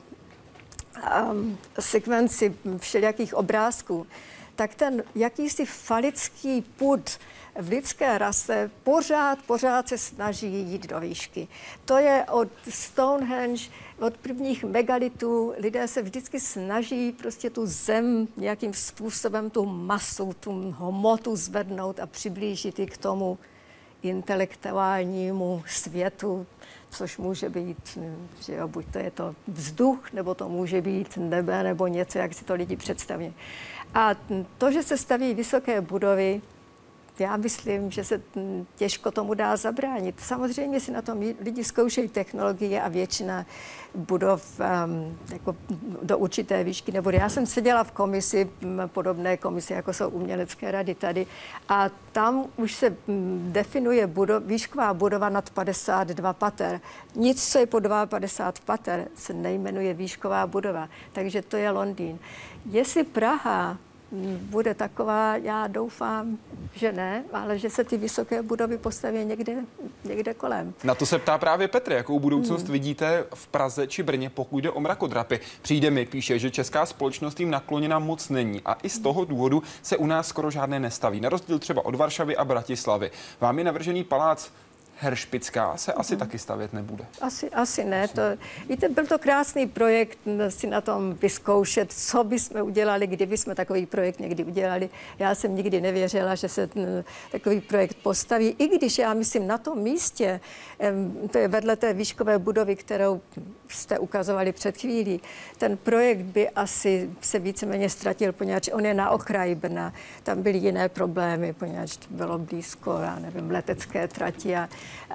um, sekvenci všelijakých obrázků, tak ten jakýsi falický pud v lidské rase pořád, pořád se snaží jít do výšky. To je od Stonehenge, od prvních megalitů, lidé se vždycky snaží prostě tu zem nějakým způsobem, tu masu, tu hmotu zvednout a přiblížit ji k tomu intelektuálnímu světu, což může být, že jo, buď to je to vzduch, nebo to může být nebe, nebo něco, jak si to lidi představí. A to, že se staví vysoké budovy, já myslím, že se těžko tomu dá zabránit. Samozřejmě si na tom lidi zkoušejí technologie a většina budov um, jako do určité výšky nebude. Já jsem seděla v komisi, podobné komisi, jako jsou umělecké rady tady, a tam už se definuje budov, výšková budova nad padesát dva pater. Nic, co je po padesát dva pater, se nejmenuje výšková budova. Takže to je Londýn. Jestli Praha bude taková, já doufám, že ne, ale že se ty vysoké budovy postaví někde, někde kolem. Na to se ptá právě Petr, jakou budoucnost hmm. vidíte v Praze či Brně, pokud jde o mrakodrapy. Přijde mi, píše, že česká společnost jim nakloněna moc není a i z toho důvodu se u nás skoro žádné nestaví. Na rozdíl třeba od Varšavy a Bratislavy. Vám je navržený palác Heršpická se asi mm. taky stavět nebude. Asi, asi ne. To, víte, byl to krásný projekt si na tom vyzkoušet, co bychom udělali, kdyby jsme takový projekt někdy udělali. Já jsem nikdy nevěřila, že se ten, takový projekt postaví, i když já myslím na tom místě, to je vedle té výškové budovy, kterou jste ukazovali před chvílí, ten projekt by asi se víceméně ztratil, poněvadž on je na okraji Brna. Tam byly jiné problémy, poněvadž bylo blízko, já nevím, letecké trati a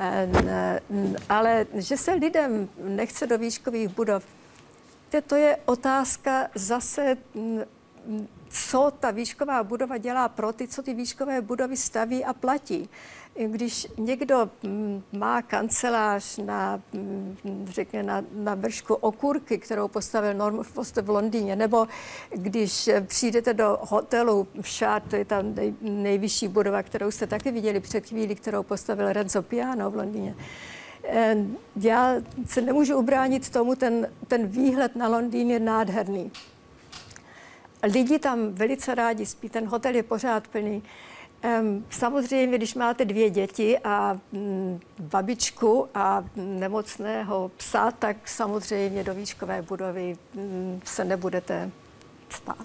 ale že se lidem nechce do výškových budov, to je otázka zase, co ta výšková budova dělá pro ty, co ty výškové budovy staví a platí. Když někdo má kancelář na, řekně, na, na vršku Okurky, kterou postavil Norman Foster v Londýně, nebo když přijdete do hotelu v Shard, to je ta nej, nejvyšší budova, kterou jste taky viděli před chvílí, kterou postavil Renzo Piano v Londýně. Já se nemůžu ubránit tomu, ten, ten výhled na Londýn je nádherný. Lidi tam velice rádi spí, ten hotel je pořád plný. Samozřejmě, když máte dvě děti a babičku a nemocného psa, tak samozřejmě do výškové budovy se nebudete spát.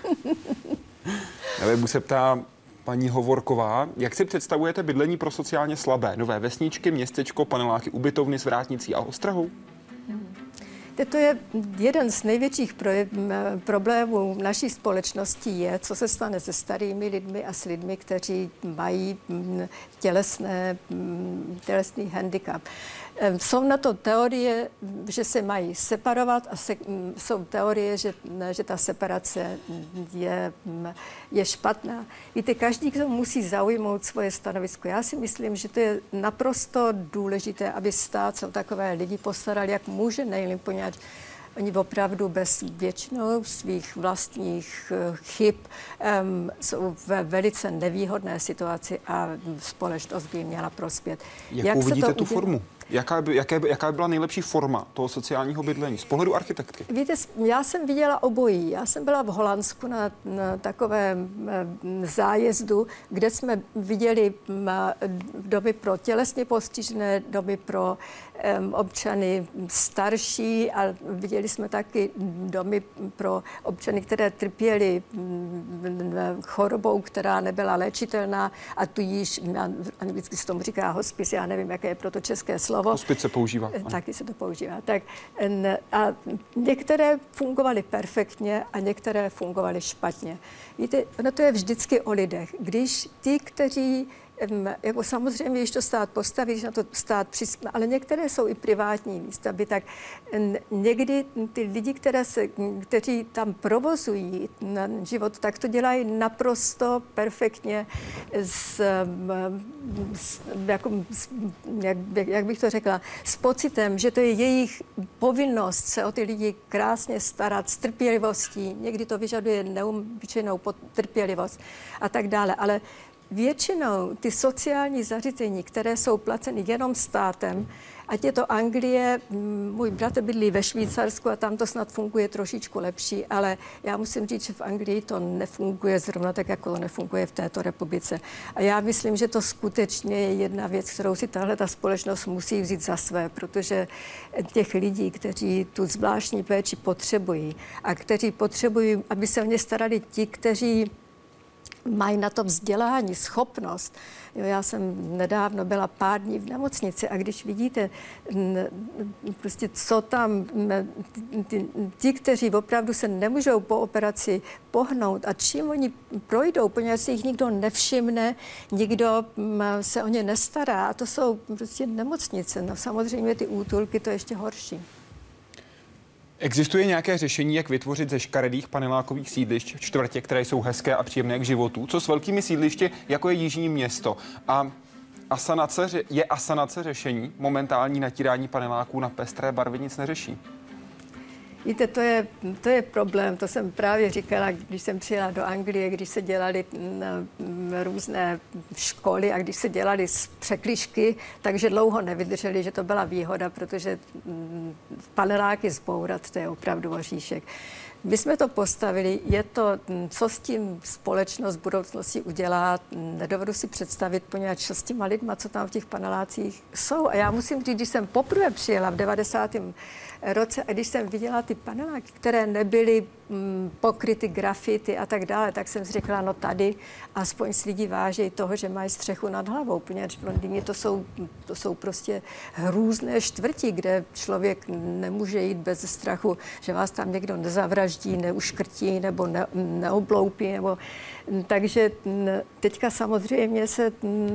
Na webu se ptá paní Hovorková, jak si představujete bydlení pro sociálně slabé? Nové vesničky, městečko, paneláky, ubytovny s vrátnicí a ostrahou? To je jeden z největších pro, problémů naší společnosti je, co se stane se starými lidmi a s lidmi, kteří mají tělesné, tělesný handicap. Jsou na to teorie, že se mají separovat a se, jsou teorie, že, že ta separace je, je špatná. Víte, každý, kdo musí zaujmout svoje stanovisko. Já si myslím, že to je naprosto důležité, aby stát se o takové lidi postaral, jak může nejlíp, poněvadž oni opravdu bez většinou svých vlastních chyb um, jsou ve velice nevýhodné situaci a společnost by měla prospět. Jakou jak vidíte to tu udělá? formu? Jaká by, jaké, jaká by byla nejlepší forma toho sociálního bydlení z pohledu architektky? Víte, já jsem viděla obojí. Já jsem byla v Holandsku na, na takovém zájezdu, kde jsme viděli domy pro tělesně postižené, domy pro um, občany starší a viděli jsme taky domy pro občany, které trpěly um, chorobou, která nebyla léčitelná a tu již, anglicky se tomu říká hospice, já nevím, jaké je pro to české slovo. Hospice se používá. Taky se to používá. Tak, a některé fungovaly perfektně a některé fungovaly špatně. Víte, ono to je vždycky o lidech. Když ty, kteří jako samozřejmě, když to stát postaví, když na to stát přispěje, ale některé jsou i privátní výstavby, tak někdy ty lidi, které se, kteří tam provozují na život, tak to dělají naprosto perfektně s, s, jako, s jak, jak bych to řekla, s pocitem, že to je jejich povinnost se o ty lidi krásně starat, s trpělivostí, někdy to vyžaduje neobyčejnou trpělivost a tak dále, ale většinou ty sociální zařízení, které jsou placeny jenom státem, ať je to Anglie, můj bratr bydlí ve Švýcarsku a tam to snad funguje trošičku lepší, ale já musím říct, že v Anglii to nefunguje zrovna tak, jako to nefunguje v této republice. A já myslím, že to skutečně je jedna věc, kterou si tahle ta společnost musí vzít za své, protože těch lidí, kteří tu zvláštní péči potřebují a kteří potřebují, aby se o ně starali ti, kteří mají na to vzdělání, schopnost. Jo, já jsem nedávno byla pár dní v nemocnici a když vidíte, prostě co tam, ty, ti, kteří opravdu se nemůžou po operaci pohnout a čím oni projdou, poněvadž si jich nikdo nevšimne, nikdo se o ně nestará a to jsou prostě nemocnice. No samozřejmě ty útulky, to je ještě horší. Existuje nějaké řešení, jak vytvořit ze škaredých panelákových sídlišť čtvrtě, které jsou hezké a příjemné k životu? Co s velkými sídlišti, jako je Jižní Město? A asanace, je asanace řešení? Momentální natírání paneláků na pestré barvy nic neřeší. Víte, to je, to je problém, to jsem právě říkala, když jsem přijela do Anglie, když se dělaly různé školy a když se dělaly překližky, takže dlouho nevydrželi, že to byla výhoda, protože paneláky zbourat, to je opravdu oříšek. My jsme to postavili, je to, co s tím společnost v budoucnosti udělá, nedovedu si představit, poněvadž s těma lidma, co tam v těch panelácích jsou. A já musím říct, když jsem poprvé přijela v devadesátém roce a když jsem viděla ty paneláky, které nebyly mm, pokryty grafity a tak dále, tak jsem si řekla, no tady aspoň si lidi váží toho, že mají střechu nad hlavou, poněvadž v Londýně to jsou, to jsou prostě hrůzné čtvrti, kde člověk nemůže jít bez strachu, že vás tam někdo nezavraždí, neuškrtí nebo ne, neobloupí. Nebo, takže teďka samozřejmě se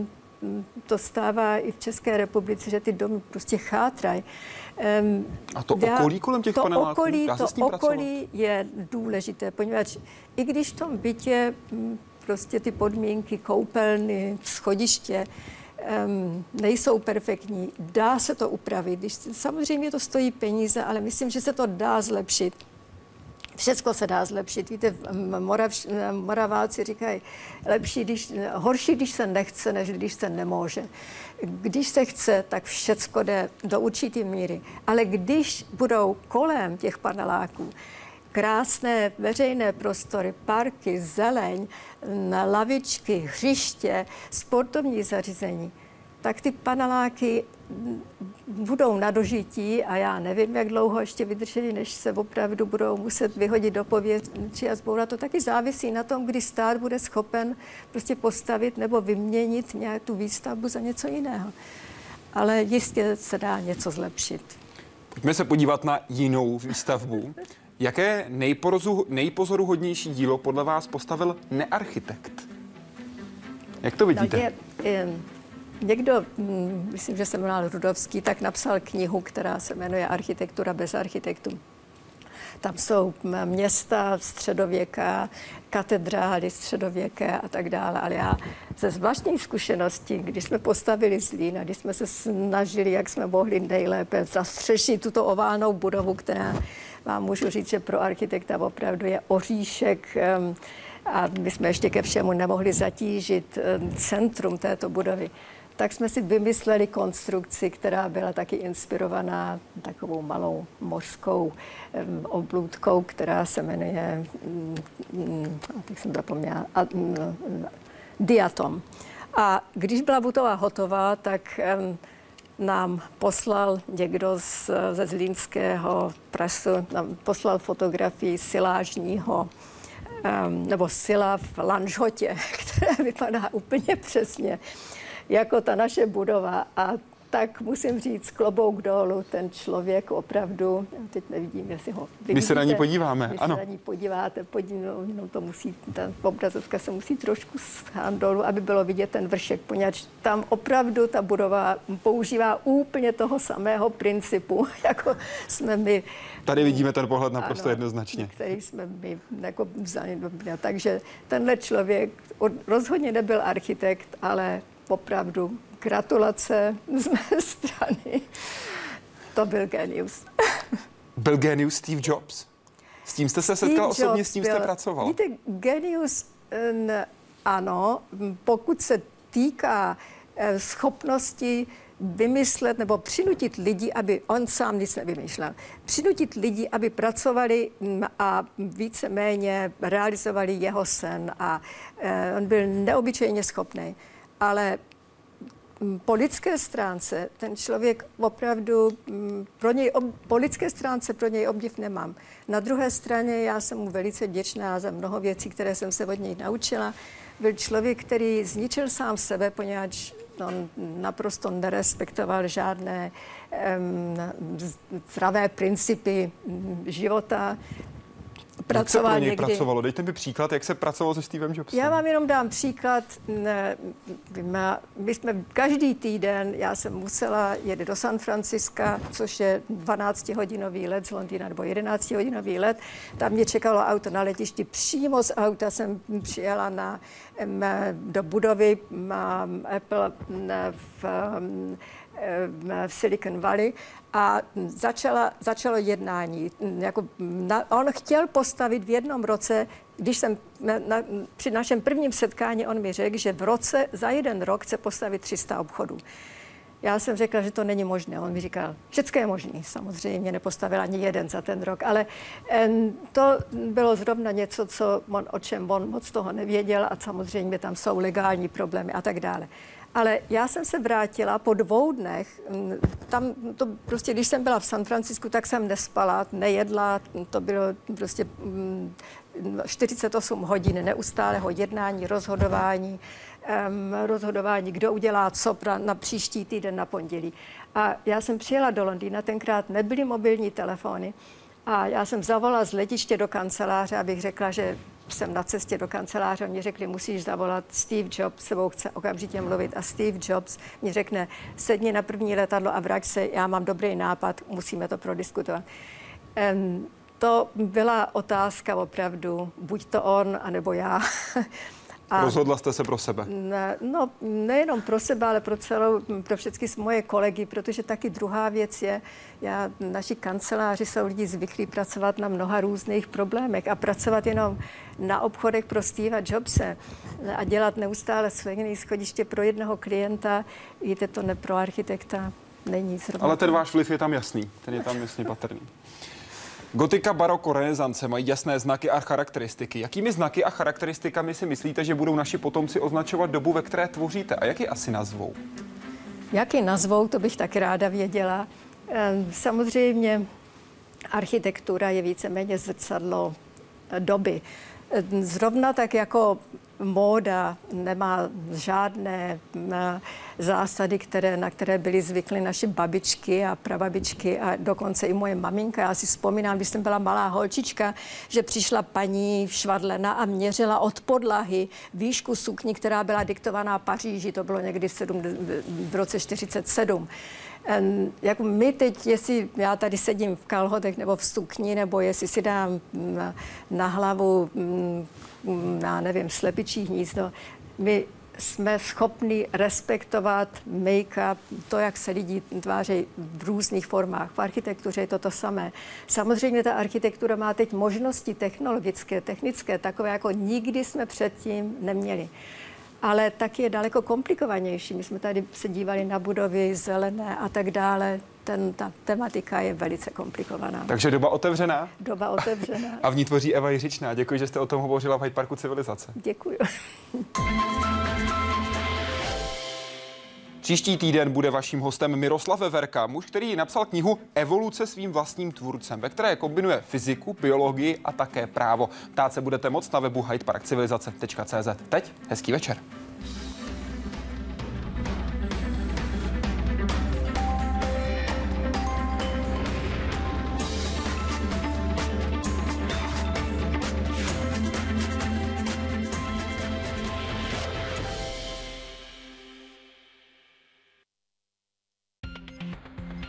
to stává i v České republice, že ty domy prostě chátrají. Um, a to okolí kolem těch to paneláků? Okolí, Dá se to s tím okolí pracovat? je důležité, poněvadž i když v tom bytě prostě ty podmínky, koupelny, schodiště um, nejsou perfektní, dá se to upravit. Když, samozřejmě to stojí peníze, ale myslím, že se to dá zlepšit. Všecko se dá zlepšit. Víte, Morav, Moraváci říkají, lepší, když, horší, když se nechce, než když se nemůže. Když se chce, tak všecko jde do určité míry. Ale když budou kolem těch paneláků krásné veřejné prostory, parky, zeleň, lavičky, hřiště, sportovní zařízení, tak ty paneláky budou na dožití a já nevím, jak dlouho ještě vydrží, než se opravdu budou muset vyhodit do povětří a zbourat. To taky závisí na tom, kdy stát bude schopen prostě postavit nebo vyměnit nějakou tu výstavbu za něco jiného. Ale jistě se dá něco zlepšit. Pojďme se podívat na jinou výstavbu. Jaké nejporozu, nejpozoruhodnější dílo podle vás postavil nearchitekt? Jak to vidíte? Tak je, je, někdo, myslím, že se jmenoval Rudovský, tak napsal knihu, která se jmenuje Architektura bez architektů. Tam jsou města středověká, katedrály středověké a tak dále. Ale já ze zvláštní zkušenosti, když jsme postavili Zlín a když jsme se snažili, jak jsme mohli nejlépe zastřešit tuto oválnou budovu, která vám můžu říct, že pro architekta opravdu je oříšek, a my jsme ještě ke všemu nemohli zatížit centrum této budovy, tak jsme si vymysleli konstrukci, která byla taky inspirovaná takovou malou mořskou um, oblůdkou, která se jmenuje, um, teď jsem zapomněla, a, um, diatom. A když byla budova hotová, tak um, nám poslal někdo z, ze zlínského prasu, nám poslal fotografii silážního, um, nebo sila v Lanžhotě, která vypadá úplně přesně jako ta naše budova. A tak musím říct, klobouk dolů, ten člověk opravdu, teď nevidím, jestli ho vidíte. Když se na ní podíváme, když ano. Když se na ní podíváte, podí, no, no, to musí, ta obrazovka se musí trošku schát dolů, aby bylo vidět ten vršek, poněvadž tam opravdu ta budova používá úplně toho samého principu, jako jsme my. Tady vidíme ten pohled naprosto ano, jednoznačně. Který jsme my jako vzali. Takže tenhle člověk rozhodně nebyl architekt, ale opravdu gratulace z mé strany. To byl genius. Byl genius Steve Jobs. S tím jste se setkal osobně, s tím jste pracoval. Víte, genius, ano, pokud se týká schopnosti vymyslet nebo přinutit lidi, aby on sám nic nevymýšlel, přinutit lidi, aby pracovali a víceméně realizovali jeho sen. A on byl neobyčejně schopný. Ale po lidské stránce ten člověk opravdu, pro něj, po lidské stránce pro něj obdiv nemám. Na druhé straně já jsem mu velice vděčná za mnoho věcí, které jsem se od něj naučila. Byl člověk, který zničil sám sebe, poněvadž on naprosto nerespektoval žádné um, zdravé principy života. Jak se pro něj někdy pracovalo? Dejte mi příklad, jak se pracovalo se Stevem Jobsem. Já vám jenom dám příklad. My jsme každý týden, já jsem musela jet do San Franciska, což je dvanáctihodinový let z Londýna, nebo jedenáctihodinový let. Tam mě čekalo auto na letišti. Přímo z auta jsem přijela na, do budovy Apple v, v Silicon Valley a začala, začalo jednání. Jako na, on chtěl postavit v jednom roce, když jsem na, na, při našem prvním setkání on mi řekl, že v roce, za jeden rok chce postavit tři sta obchodů. Já jsem řekla, že to není možné. On mi říkal, všechno je možné. Samozřejmě nepostavil ani jeden za ten rok, ale en, to bylo zrovna něco, co on, o čem on moc toho nevěděl a samozřejmě tam jsou legální problémy a tak dále. Ale já jsem se vrátila po dvou dnech, tam to prostě, když jsem byla v San Francisku, tak jsem nespala, nejedla, to bylo prostě čtyřicet osm hodin neustálého jednání, rozhodování, um, rozhodování, kdo udělá co na příští týden na pondělí. A já jsem přijela do Londýna, tenkrát nebyly mobilní telefony a já jsem zavolala z letiště do kanceláře, abych řekla, že jsem na cestě do kanceláře, mě řekli, musíš zavolat Steve Jobs, s sebou chce okamžitě mluvit a Steve Jobs mě řekne, sedni na první letadlo a vrať se, já mám dobrý nápad, musíme to prodiskutovat. Um, to byla otázka opravdu, buď to on, anebo já. A rozhodla jste se pro sebe? Ne, no, nejenom pro sebe, ale pro celou, pro všechny moje kolegy, protože taky druhá věc je, já, naši kanceláři jsou lidi zvyklí pracovat na mnoha různých problémech a pracovat jenom na obchodech pro Steva Jobse a dělat neustále své schodiště pro jednoho klienta, víte, to ne pro architekta není zrovna. Ale ten váš vliv je tam jasný, ten je tam jasně patrný. Gotika, baroko, renesance mají jasné znaky a charakteristiky. Jakými znaky a charakteristikami si myslíte, že budou naši potomci označovat dobu, ve které tvoříte? A jak ji asi nazvou? Jak ji nazvou, to bych taky ráda věděla. Samozřejmě architektura je víceméně zrcadlo doby. Zrovna tak jako móda nemá žádné zásady, které, na které byly zvykly naše babičky a prababičky a dokonce i moje maminka. Já si vzpomínám, když jsem byla malá holčička, že přišla paní Švadlena a měřila od podlahy výšku sukni, která byla diktovaná Paříži. To bylo někdy v, sedm, v roce čtyřicet sedm. Jako my teď, jestli já tady sedím v kalhotech nebo v sukni, nebo jestli si dám na, na hlavu, na nevím, slepičí hnízdo, my jsme schopni respektovat make-up, to, jak se lidi tváří v různých formách. V architektuře je to to samé. Samozřejmě ta architektura má teď možnosti technologické, technické, takové, jako nikdy jsme předtím neměli. Ale taky je daleko komplikovanější. My jsme tady se dívali na budovy zelené a tak dále. Ten, ta tematika je velice komplikovaná. Takže doba otevřená? Doba otevřená. A v ní tvoří Eva Jiřičná. Děkuji, že jste o tom hovořila v Hyde Parku Civilizace. Děkuji. Příští týden bude vaším hostem Miroslav Veverka, muž, který napsal knihu Evoluce svým vlastním tvůrcem, ve které kombinuje fyziku, biologii a také právo. Ptát se budete moct na webu hyde park civilizace tečka cé zet. Teď hezký večer.